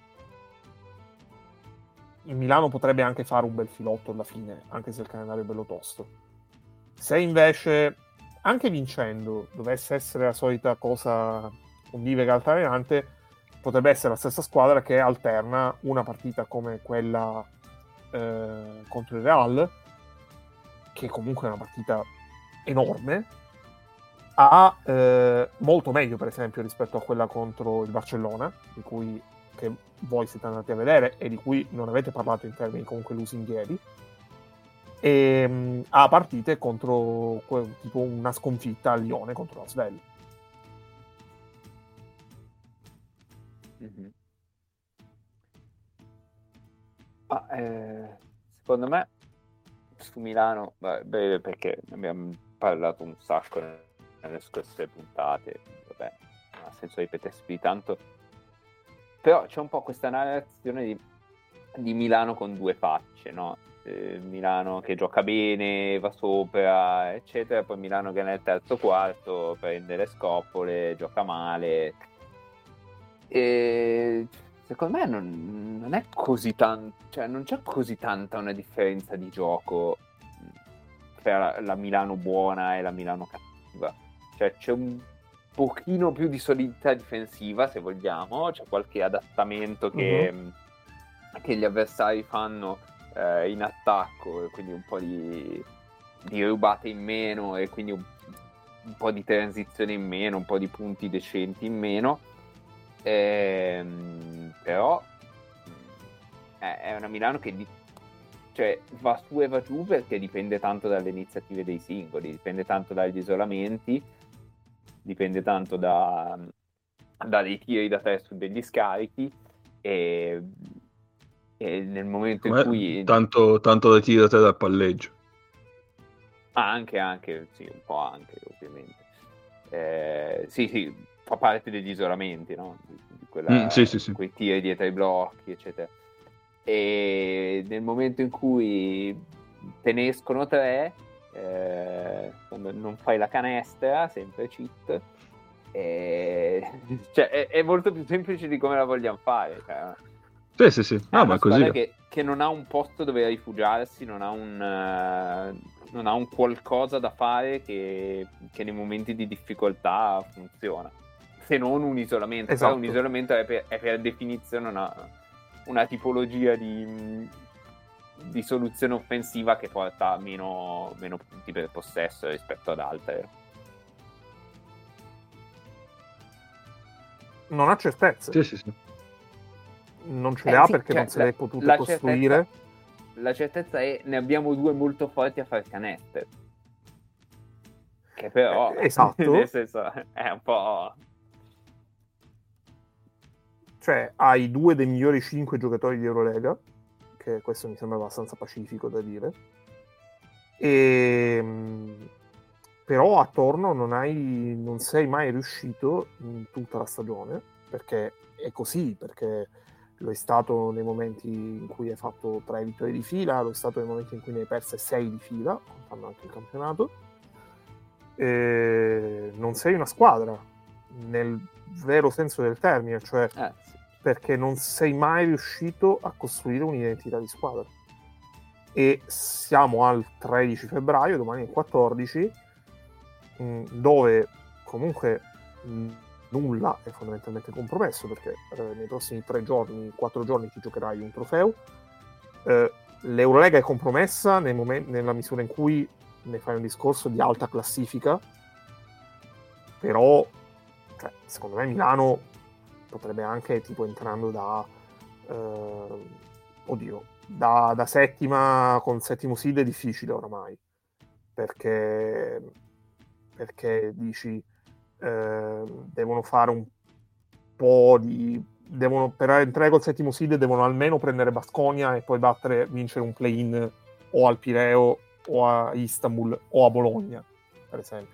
Milano potrebbe anche fare un bel filotto alla fine, anche se il calendario è bello tosto. Se invece, anche vincendo, dovesse essere la solita cosa convive altalenante, potrebbe essere la stessa squadra che alterna una partita come quella eh, contro il Real, che comunque è una partita enorme, a eh, molto meglio per esempio rispetto a quella contro il Barcellona, di cui che voi siete andati a vedere e di cui non avete parlato in termini comunque lusinghieri, e mh, a partite contro tipo una sconfitta a Lione contro la Svel. Mm-hmm. Ah, eh, secondo me su Milano, beh, perché abbiamo parlato un sacco nelle scorse puntate, vabbè, non ha senso ripetersi più di tanto, però c'è un po' questa narrazione di, di Milano con due facce, no? Eh, Milano che gioca bene, va sopra, eccetera, poi Milano che nel terzo quarto prende le scopole, gioca male. E secondo me non, non è così tanto, cioè non c'è così tanta una differenza di gioco tra la, la Milano buona e la Milano cattiva, cioè c'è un pochino più di solidità difensiva, se vogliamo, c'è qualche adattamento che, uh-huh. che gli avversari fanno eh, in attacco, quindi un po' di di rubate in meno e quindi un, un po' di transizione in meno, un po' di punti decenti in meno, ehm, però è, è una Milano che di, cioè, va su e va giù perché dipende tanto dalle iniziative dei singoli, dipende tanto dagli isolamenti, dipende tanto da, da dei tiri da tre su degli scarichi e, e nel momento in cui tanto, tanto da tiri da te dal palleggio. Ah, anche, anche, sì, un po' anche, ovviamente. Eh, sì, sì, fa parte degli isolamenti, no? Di, di quella, mm, sì, sì, sì. quei tiri dietro ai blocchi, eccetera. E nel momento in cui te ne escono tre, eh, quando non fai la canestra, sempre cheat, eh, cioè è, è molto più semplice di come la vogliamo fare. Cioè, sì, sì, sì. è Ah, una ma così. Che, che non ha un posto dove rifugiarsi, non ha un... Uh, non ha un qualcosa da fare che, che nei momenti di difficoltà funziona, se non un isolamento. Esatto. Però un isolamento è per, è per definizione una, una tipologia di, di soluzione offensiva che porta meno, meno punti per possesso rispetto ad altre. Non ha certezze. Sì, sì, sì. Non ce Eh, le ha sì, perché cioè, non se la- le è potute la costruire. certezza- La certezza è ne abbiamo due molto forti a far canestro. Che però, Eh, esatto. nel senso, è un po'... Cioè, hai due dei migliori cinque giocatori di Eurolega, che questo mi sembra abbastanza pacifico da dire. E però attorno non hai non sei mai riuscito in tutta la stagione, perché è così, perché lo è stato nei momenti in cui hai fatto tre vittorie di fila, lo è stato nei momenti in cui ne hai perse sei di fila, contando anche il campionato. E non sei una squadra nel vero senso del termine, cioè Eh, sì. perché non sei mai riuscito a costruire un'identità di squadra. E siamo al tredici febbraio, domani è il quattordici, mh, dove comunque mh, nulla è fondamentalmente compromesso, perché eh, nei prossimi tre giorni, quattro giorni ti giocherai un trofeo. Eh, L'Eurolega è compromessa nel momen- nella misura in cui ne fai un discorso di alta classifica, però cioè, secondo me Milano potrebbe anche tipo entrando da eh, oddio da, da settima, con settimo seed è difficile oramai, perché perché dici eh, devono fare un po' di devono, per entrare col settimo seed devono almeno prendere Baskonia e poi battere, vincere un play-in o al Pireo o a Istanbul o a Bologna, per esempio.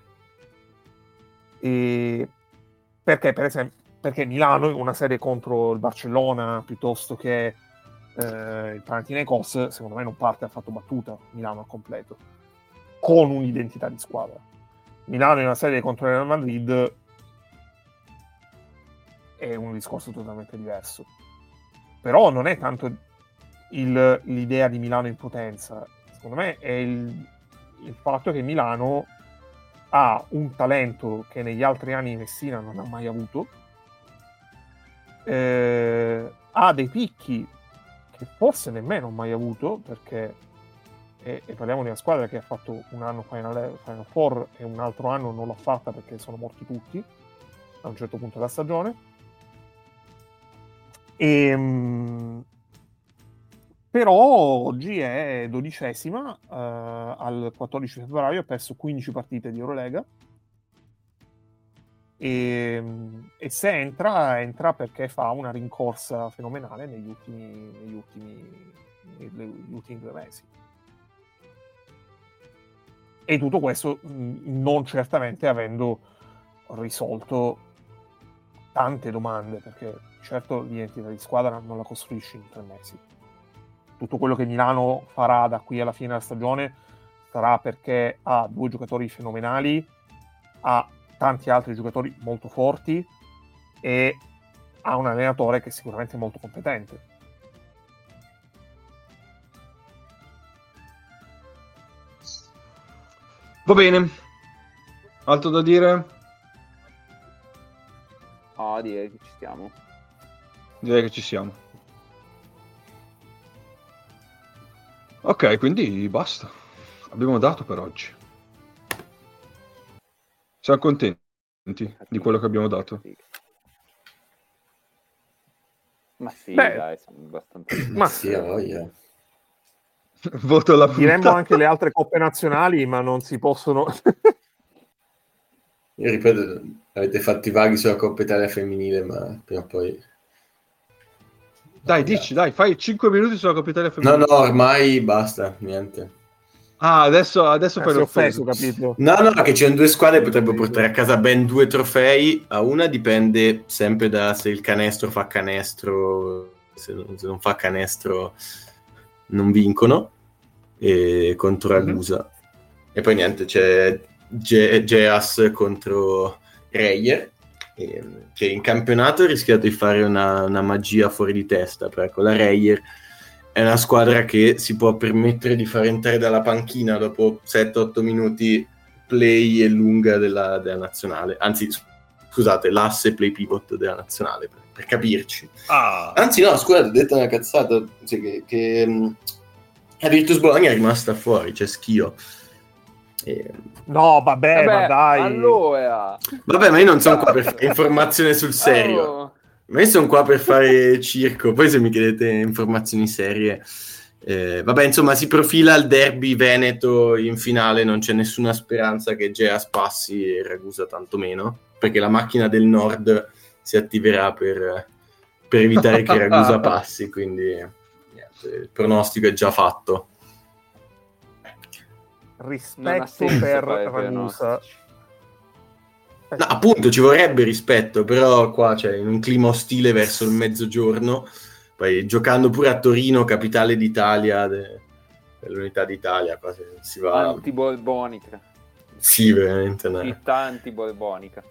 E perché per esempio perché Milano in una serie contro il Barcellona piuttosto che eh, il Panathinaikos secondo me non parte affatto battuta Milano al completo, con un'identità di squadra. Milano in una serie contro il Real Madrid è un discorso totalmente diverso, però non è tanto il, l'idea di Milano in potenza, secondo me è il, il fatto che Milano ha un talento che negli altri anni Messina non ha mai avuto, eh, ha dei picchi che forse nemmeno ha mai avuto, perché e, e parliamo di una squadra che ha fatto un anno Final, Final Four e un altro anno non l'ha fatta perché sono morti tutti a un certo punto della stagione. E, mh, però oggi è dodicesima, eh, al quattordici febbraio ha perso quindici partite di Eurolega e, e se entra entra perché fa una rincorsa fenomenale negli ultimi negli ultimi, negli ultimi due mesi, e tutto questo mh, non certamente avendo risolto tante domande, perché certo l'identità di squadra non la costruisci in tre mesi. Tutto quello che Milano farà da qui alla fine della stagione sarà perché ha due giocatori fenomenali, ha tanti altri giocatori molto forti e ha un allenatore che è sicuramente molto competente. Va bene. Altro da dire? Oh, direi che ci stiamo. Direi che ci siamo. Ok, quindi basta. abbiamo dato per oggi. Siamo contenti di quello che abbiamo dato? Ma sì, Beh, dai, sono abbastanza... Ma Sì, a voglia. Voto la diremmo puntata. anche le altre coppe nazionali, ma non si possono... Io ripeto, avete fatto i vaghi sulla Coppa Italia femminile, ma prima o poi... Dai, dici, dai, fai cinque minuti sulla Coppa Italia No, femminile. no, ormai basta, niente. Ah, adesso, adesso Eh, fai si è l'offeso. offeso, capito? No, no, che c'erano due squadre che potrebbero portare a casa ben due trofei. A una dipende sempre da se il canestro fa canestro, se non, se non fa canestro non vincono, e contro Mhm. Ragusa. E poi niente, c'è Ge- Geas contro Reyer, e- che in campionato ha rischiato di fare una, una magia fuori di testa, perché la Reyer è una squadra che si può permettere di far entrare dalla panchina dopo sette otto minuti play e lunga della, della nazionale, anzi scusate, l'asse play pivot della nazionale, per, per capirci. Ah. Anzi no, scusate, ho detto una cazzata, cioè che, che mh, la Virtus Bologna è rimasta fuori, c'è Schio. E... No, vabbè, Vabbè, ma dai. allora... Vabbè, ma io non sono qua per fare informazione sul serio. Oh. Ma io sono qua per fare circo, poi se mi chiedete informazioni serie... Eh, vabbè, insomma, si profila il derby veneto in finale, non c'è nessuna speranza che Geas passi e Ragusa tanto meno, perché la macchina del nord si attiverà per, per evitare che Ragusa passi, quindi niente, il pronostico è già fatto. Non ha Rispetto senso per fare Ragusa. pronostici. No, appunto, ci vorrebbe rispetto, però qua c'è in un clima ostile verso il mezzogiorno, poi giocando pure a Torino, capitale d'Italia, de- dell'Unità d'Italia, qua si- si va... Antiborbonica. Sì, veramente, no. Città antiborbonica.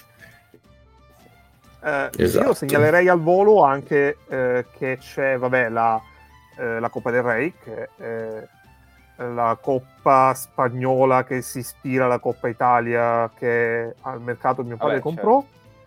Eh, Esatto. Io segnalerei al volo anche eh, che c'è, vabbè, la, eh, la Coppa del Re, che è la Coppa spagnola che si ispira alla Coppa Italia che al mercato mio padre Vabbè, comprò.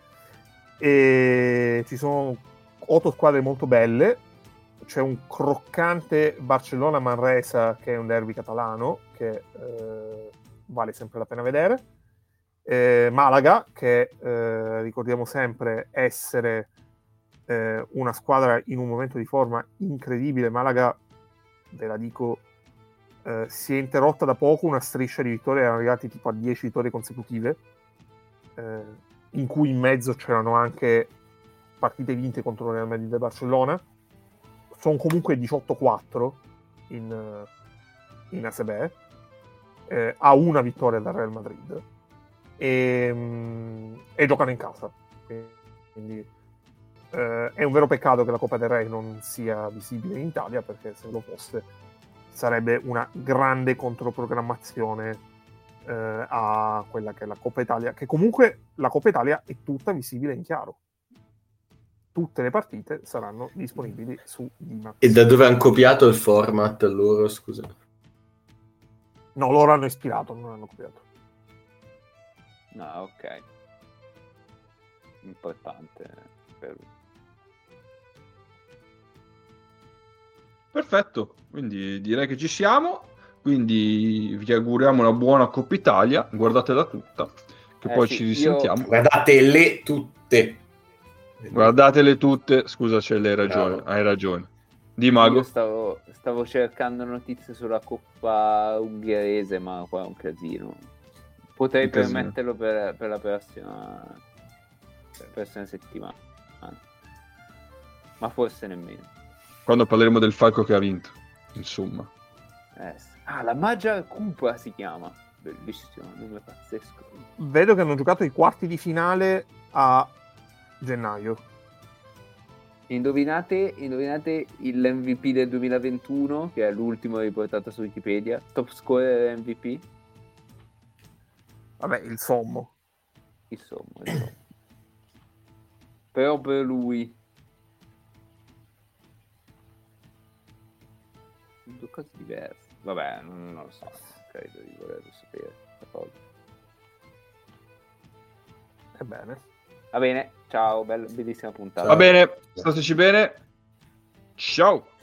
E ci sono otto squadre molto belle. C'è un croccante Barcellona-Manresa che è un derby catalano che eh, vale sempre la pena vedere. Eh, Malaga, che eh, ricordiamo sempre essere eh, una squadra in un momento di forma incredibile. Malaga, ve la dico, eh, si è interrotta da poco una striscia di vittorie, erano arrivati tipo a dieci vittorie consecutive, eh, in cui in mezzo c'erano anche partite vinte contro il Real Madrid e Barcellona. Sono comunque diciotto quattro in, in A S B, eh, a una vittoria dal Real Madrid. E, mh, e giocano in casa, quindi eh, è un vero peccato che la Coppa del Re non sia visibile in Italia, perché se lo fosse sarebbe una grande controprogrammazione eh, a quella che è la Coppa Italia, che comunque la Coppa Italia è tutta visibile in chiaro, tutte le partite saranno disponibili su D-Max. E da dove hanno copiato il format loro, scusa? No, loro hanno ispirato, non hanno copiato. No, ok. Importante per lui. Perfetto, quindi direi che ci siamo. Quindi vi auguriamo una buona Coppa Italia. Guardatela tutta, che Eh poi sì, ci io- risentiamo. Guardatele tutte. Guardatele tutte. Scusa, c'è l'hai ragione. Bravo. Hai ragione. Di Io Mago. stavo, stavo cercando notizie sulla Coppa ungherese, ma qua è un casino. Potrei Un casino. permetterlo per, per la prossima, per la prossima settimana, ma forse nemmeno. Quando parleremo del falco che ha vinto. Insomma. Eh, sì. Ah, la Magyar Cupa si chiama. Bellissimo, nome pazzesco. Vedo che hanno giocato i quarti di finale a gennaio. Indovinate, indovinate l'M V P del duemilaventuno, che è l'ultimo riportato su Wikipedia. Top scorer M V P? Vabbè, il sommo. Insomma, insomma. Però per lui due cose diverse. Vabbè, non, non lo so, credo di volerlo sapere questa cosa. Ebbene. Va bene, ciao, bella, bellissima puntata. Va bene, stateci bene. Ciao.